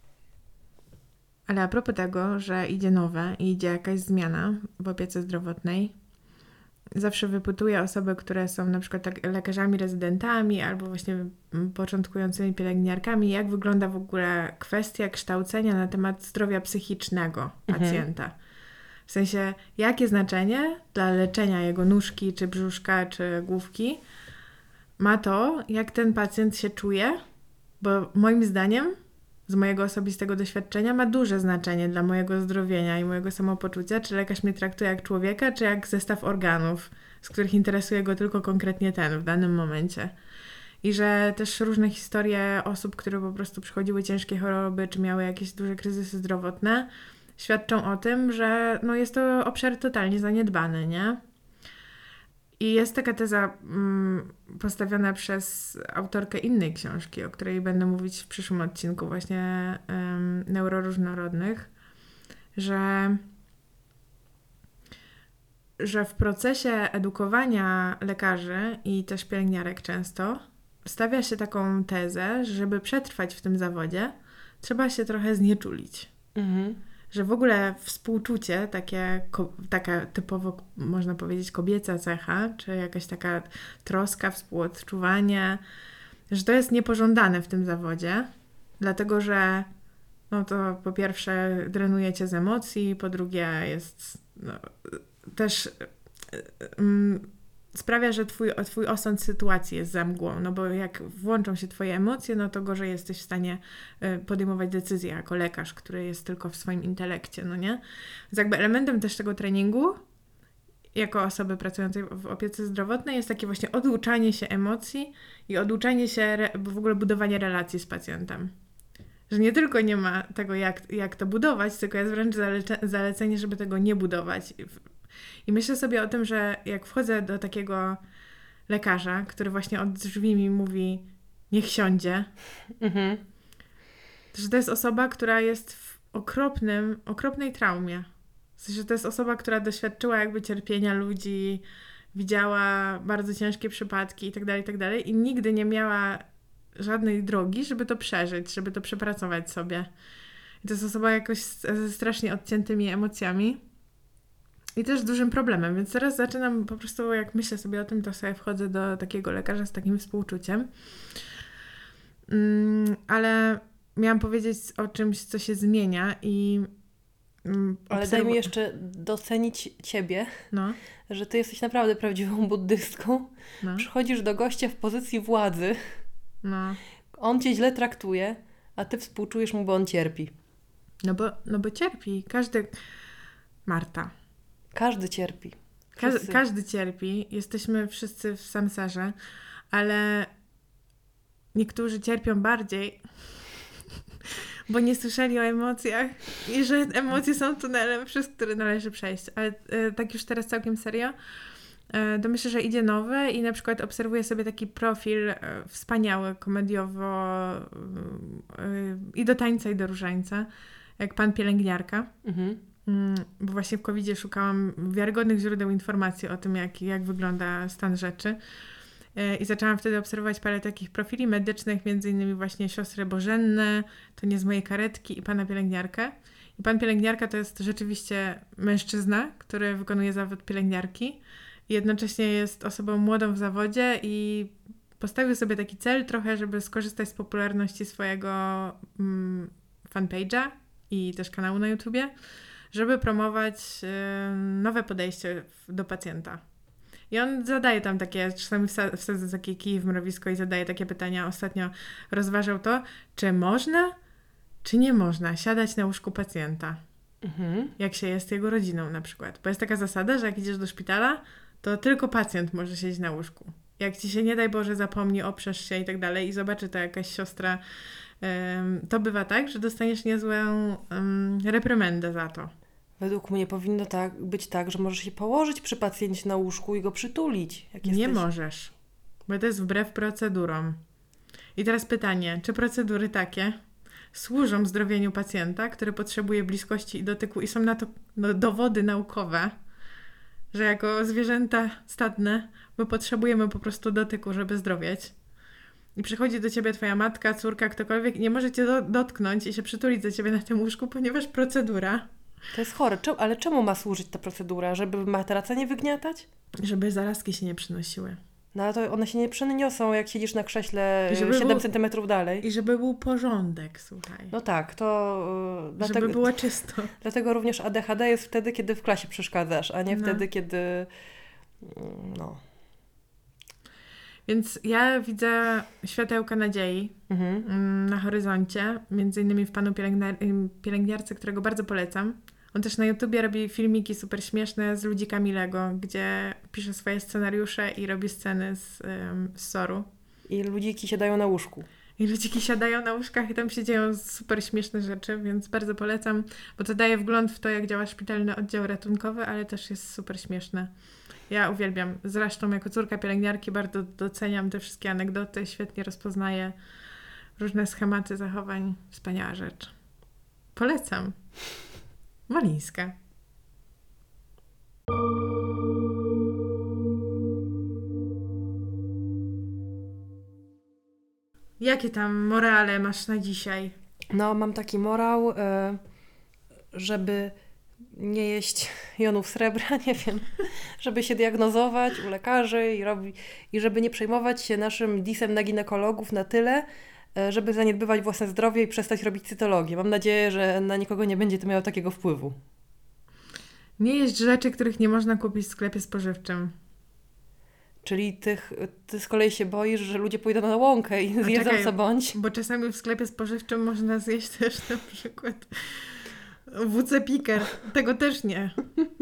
Ale a propos tego, że idzie nowe i idzie jakaś zmiana w opiece zdrowotnej, zawsze wypytuję osoby, które są na przykład tak lekarzami rezydentami albo właśnie mm, początkującymi pielęgniarkami, jak wygląda w ogóle kwestia kształcenia na temat zdrowia psychicznego Mhm. pacjenta. W sensie, jakie znaczenie dla leczenia jego nóżki, czy brzuszka, czy główki ma to, jak ten pacjent się czuje, bo moim zdaniem z mojego osobistego doświadczenia ma duże znaczenie dla mojego zdrowienia i mojego samopoczucia, czy lekarz mnie traktuje jak człowieka, czy jak zestaw organów, z których interesuje go tylko konkretnie ten w danym momencie. I że też różne historie osób, które po prostu przychodziły ciężkie choroby, czy miały jakieś duże kryzysy zdrowotne, świadczą o tym, że no jest to obszar totalnie zaniedbany, nie? I jest taka teza mm, postawiona przez autorkę innej książki, o której będę mówić w przyszłym odcinku, właśnie um, Neuroróżnorodnych, że, że w procesie edukowania lekarzy i też pielęgniarek często stawia się taką tezę, że żeby przetrwać w tym zawodzie, trzeba się trochę znieczulić. Mhm. Że w ogóle współczucie, takie, ko, taka typowo, można powiedzieć, kobieca cecha, czy jakaś taka troska, współodczuwanie, że to jest niepożądane w tym zawodzie, dlatego że no to po pierwsze drenuje cię z emocji, po drugie jest no, też um, sprawia, że twój, twój osąd sytuacji jest za mgłą, no bo jak włączą się twoje emocje, no to gorzej jesteś w stanie podejmować decyzje jako lekarz, który jest tylko w swoim intelekcie, no nie? Więc jakby elementem też tego treningu, jako osoby pracującej w opiece zdrowotnej, jest takie właśnie oduczanie się emocji i oduczanie się, w ogóle budowanie relacji z pacjentem. Że nie tylko nie ma tego, jak, jak to budować, tylko jest wręcz zalece- zalecenie, żeby tego nie budować. I myślę sobie o tym, że jak wchodzę do takiego lekarza, który właśnie od drzwi mi mówi, niech siądzie, Mhm. to że to jest osoba, która jest w okropnym, okropnej traumie. W sensie, że to jest osoba, która doświadczyła jakby cierpienia ludzi, widziała bardzo ciężkie przypadki i tak dalej, i tak dalej i nigdy nie miała żadnej drogi, żeby to przeżyć, żeby to przepracować sobie. I to jest osoba jakoś ze strasznie odciętymi emocjami. I też dużym problemem, więc teraz zaczynam po prostu, jak myślę sobie o tym, to sobie wchodzę do takiego lekarza z takim współczuciem. Um, ale miałam powiedzieć o czymś, co się zmienia i um, Ale obserw- daj mi jeszcze docenić ciebie, no, że ty jesteś naprawdę prawdziwą buddystką. no, Przychodzisz do gościa w pozycji władzy, no. on cię źle traktuje, a ty współczujesz mu, bo on cierpi. No bo, no bo cierpi. Każdy... Marta. Każdy cierpi. Ka- Wszyscy. każdy cierpi. Jesteśmy wszyscy w samsarze, ale niektórzy cierpią bardziej, bo nie słyszeli o emocjach i że emocje są tunelem, przez który należy przejść. Ale e, tak już teraz całkiem serio, e, to myślę, że idzie nowe i na przykład obserwuję sobie taki profil e, wspaniały, komediowo e, i do tańca, i do różańca, jak pan pielęgniarka. Mhm. Bo właśnie w kowidzie szukałam wiarygodnych źródeł informacji o tym, jak, jak wygląda stan rzeczy. I zaczęłam wtedy obserwować parę takich profili medycznych, między innymi właśnie siostry Bożenne, to nie z mojej karetki i pana pielęgniarkę. I pan pielęgniarka to jest rzeczywiście mężczyzna, który wykonuje zawód pielęgniarki. I jednocześnie jest osobą młodą w zawodzie i postawił sobie taki cel trochę, żeby skorzystać z popularności swojego mm, fanpage'a i też kanału na YouTubie, żeby promować y, nowe podejście w, do pacjenta. I on zadaje tam takie, czasami wsa- wsadza takie kij w mrowisko i zadaje takie pytania. Ostatnio rozważał to, czy można, czy nie można siadać na łóżku pacjenta, Mhm. jak się jest jego rodziną na przykład. Bo jest taka zasada, że jak idziesz do szpitala, to tylko pacjent może siedzieć na łóżku. Jak ci się, nie daj Boże, zapomni, oprzesz się i tak dalej i zobaczy to jakaś siostra, ym, to bywa tak, że dostaniesz niezłą ym, reprymendę za to. Według mnie powinno tak być tak, że możesz się położyć przy pacjencie na łóżku i go przytulić. Jak Nie jesteś... możesz, bo to jest wbrew procedurom. I teraz pytanie, czy procedury takie służą zdrowieniu pacjenta, który potrzebuje bliskości i dotyku i są na to no, dowody naukowe, że jako zwierzęta stadne my potrzebujemy po prostu dotyku, żeby zdrowieć. I przychodzi do ciebie twoja matka, córka, ktokolwiek i nie może cię do- dotknąć i się przytulić do ciebie na tym łóżku, ponieważ procedura, To jest chore. Czemu, ale czemu ma służyć ta procedura? Żeby materaca nie wygniatać? żeby zarazki się nie przynosiły. No ale to one się nie przeniosą, jak siedzisz na krześle I żeby siedem był- centymetrów dalej. I żeby był porządek, słuchaj. No tak, to... yy, żeby dlatego, było czysto. dlatego również A D H D jest wtedy, kiedy w klasie przeszkadzasz, a nie No. wtedy, kiedy... yy, No. Więc ja widzę światełka nadziei Mhm. mm, na horyzoncie, między innymi w Panu pielęgna- pielęgniarce, którego bardzo polecam. On też na YouTubie robi filmiki super śmieszne z ludzikami Lego, gdzie pisze swoje scenariusze i robi sceny z, ym, z Soru. I ludziki siadają na łóżku. I ludziki siadają na łóżkach i tam się dzieją super śmieszne rzeczy, więc bardzo polecam, bo to daje wgląd w to, jak działa szpitalny oddział ratunkowy, ale też jest super śmieszne. Ja uwielbiam. Zresztą jako córka pielęgniarki bardzo doceniam te wszystkie anegdoty, świetnie rozpoznaję różne schematy zachowań. Wspaniała rzecz. Polecam. Molińska. Jakie tam morale masz na dzisiaj? No, mam taki morał, e, żeby nie jeść jonów srebra, nie wiem, żeby się diagnozować u lekarzy i, robi, i żeby nie przejmować się naszym disem na ginekologów na tyle, e, żeby zaniedbywać własne zdrowie i przestać robić cytologię. Mam nadzieję, że na nikogo nie będzie to miało takiego wpływu. Nie jeść rzeczy, których nie można kupić w sklepie spożywczym. Czyli tych, ty z kolei się boisz, że ludzie pójdą na łąkę i zjedzą czekaj, co bądź. Bo czasami w sklepie spożywczym można zjeść też na przykład W C Piker. Tego też nie.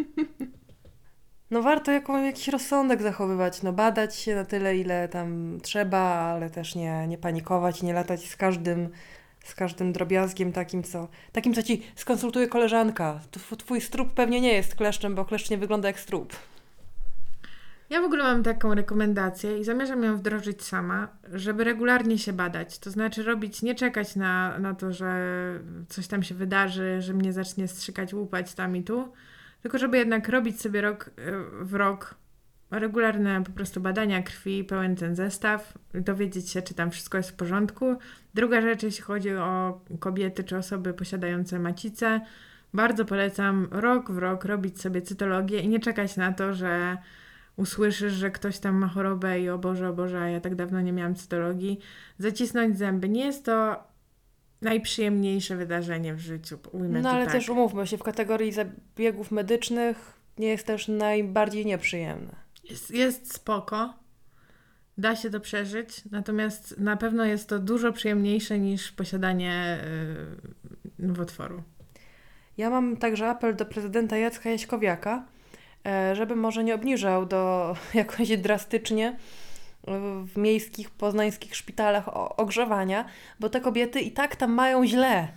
No warto jaką, jakiś rozsądek zachowywać, no badać się na tyle, ile tam trzeba, ale też nie, nie panikować i nie latać z każdym, z każdym drobiazgiem takim, co, takim, co ci skonsultuje koleżanka. Tw- Twój strób pewnie nie jest kleszczem, bo kleszcz nie wygląda jak strób. Ja w ogóle mam taką rekomendację i zamierzam ją wdrożyć sama, żeby regularnie się badać. To znaczy robić, nie czekać na, na to, że coś tam się wydarzy, że mnie zacznie strzykać, łupać tam i tu, tylko żeby jednak robić sobie rok y, w rok regularne po prostu badania krwi, pełen ten zestaw, dowiedzieć się, czy tam wszystko jest w porządku. Druga rzecz, jeśli chodzi o kobiety czy osoby posiadające macicę, bardzo polecam rok w rok robić sobie cytologię i nie czekać na to, że usłyszysz, że ktoś tam ma chorobę i o Boże, o Boże, a ja tak dawno nie miałam cytologii. Zacisnąć zęby. Nie jest to najprzyjemniejsze wydarzenie w życiu. Ujmę No to ale tak. też umówmy się, w kategorii zabiegów medycznych nie jest też najbardziej nieprzyjemne. Jest, jest spoko. Da się to przeżyć. Natomiast na pewno jest to dużo przyjemniejsze niż posiadanie yy, nowotworu. Ja mam także apel do prezydenta Jacka Jaśkowiaka, e, żeby może nie obniżał do jakoś drastycznie e, w miejskich, poznańskich szpitalach o- ogrzewania, bo te kobiety i tak tam mają źle.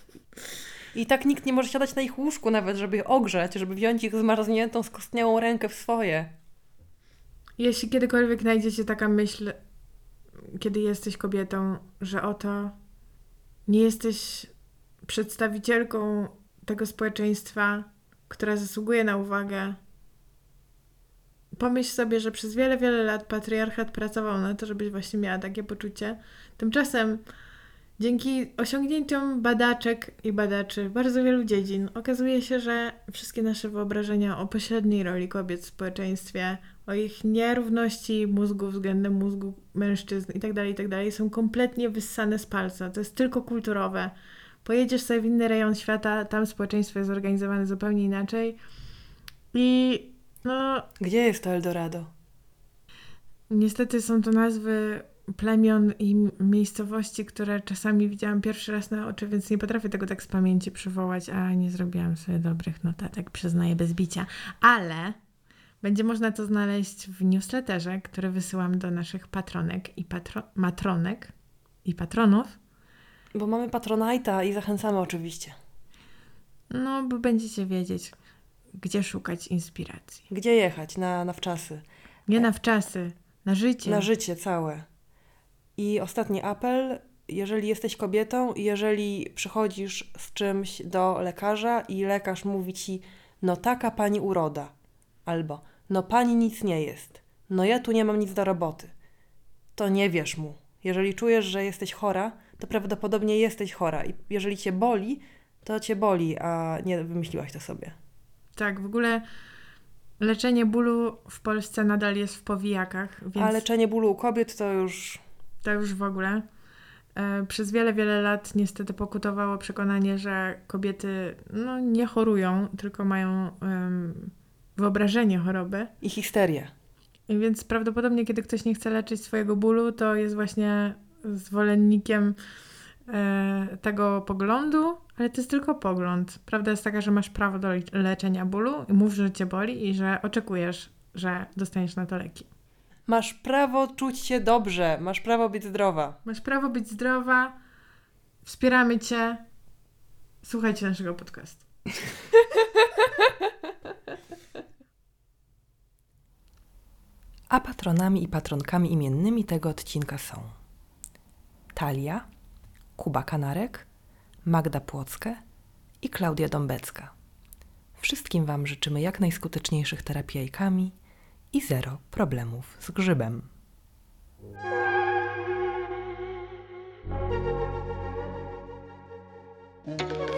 I tak nikt nie może siadać na ich łóżku nawet, żeby je ogrzać, żeby wziąć ich zmarzniętą, skostniałą rękę w swoje. Jeśli kiedykolwiek znajdziecie taka myśl, kiedy jesteś kobietą, że oto nie jesteś przedstawicielką tego społeczeństwa, która zasługuje na uwagę, pomyśl sobie, że przez wiele, wiele lat patriarchat pracował na to, żebyś właśnie miała takie poczucie. Tymczasem dzięki osiągnięciom badaczek i badaczy bardzo wielu dziedzin okazuje się, że wszystkie nasze wyobrażenia o pośredniej roli kobiet w społeczeństwie, o ich nierówności mózgu względem mózgu mężczyzn itd., itd. są kompletnie wyssane z palca. To jest tylko kulturowe. Pojedziesz sobie w inny rejon świata, tam społeczeństwo jest zorganizowane zupełnie inaczej i no Gdzie jest to Eldorado? niestety są to nazwy plemion i m- miejscowości, które czasami widziałam pierwszy raz na oczy, więc nie potrafię tego tak z pamięci przywołać, a nie zrobiłam sobie dobrych notatek, przyznaję bez bicia. Ale będzie można to znaleźć w newsletterze, który wysyłam do naszych patronek i patro- matronek i patronów. Bo mamy Patronite'a i zachęcamy oczywiście. No, bo będziecie wiedzieć, gdzie szukać inspiracji. Gdzie jechać na, na wczasy? Nie na wczasy, na życie. Na życie całe. I ostatni apel, jeżeli jesteś kobietą i jeżeli przychodzisz z czymś do lekarza i lekarz mówi ci, no taka pani uroda, albo no pani nic nie jest, no ja tu nie mam nic do roboty, to nie wierz mu. Jeżeli czujesz, że jesteś chora, to prawdopodobnie jesteś chora i jeżeli cię boli, to cię boli, a nie wymyśliłaś to sobie. Tak, w ogóle leczenie bólu w Polsce nadal jest w powijakach, więc A leczenie bólu u kobiet to już... to już w ogóle. E, przez wiele, wiele lat niestety pokutowało przekonanie, że kobiety no, nie chorują, tylko mają em, wyobrażenie choroby. I histeria. I więc prawdopodobnie, kiedy ktoś nie chce leczyć swojego bólu, to jest właśnie zwolennikiem e, tego poglądu, ale to jest tylko pogląd. Prawda jest taka, że masz prawo do leczenia bólu i mów, że cię boli i że oczekujesz, że dostaniesz na to leki. Masz prawo czuć się dobrze, masz prawo być zdrowa. Masz prawo być zdrowa, wspieramy cię, słuchajcie naszego podcastu. A patronami i patronkami imiennymi tego odcinka są Talia, Kuba Kanarek, Magda Płockę i Klaudia Dąbecka. Wszystkim Wam życzymy jak najskuteczniejszych terapii jajkami i zero problemów z grzybem. Thank you.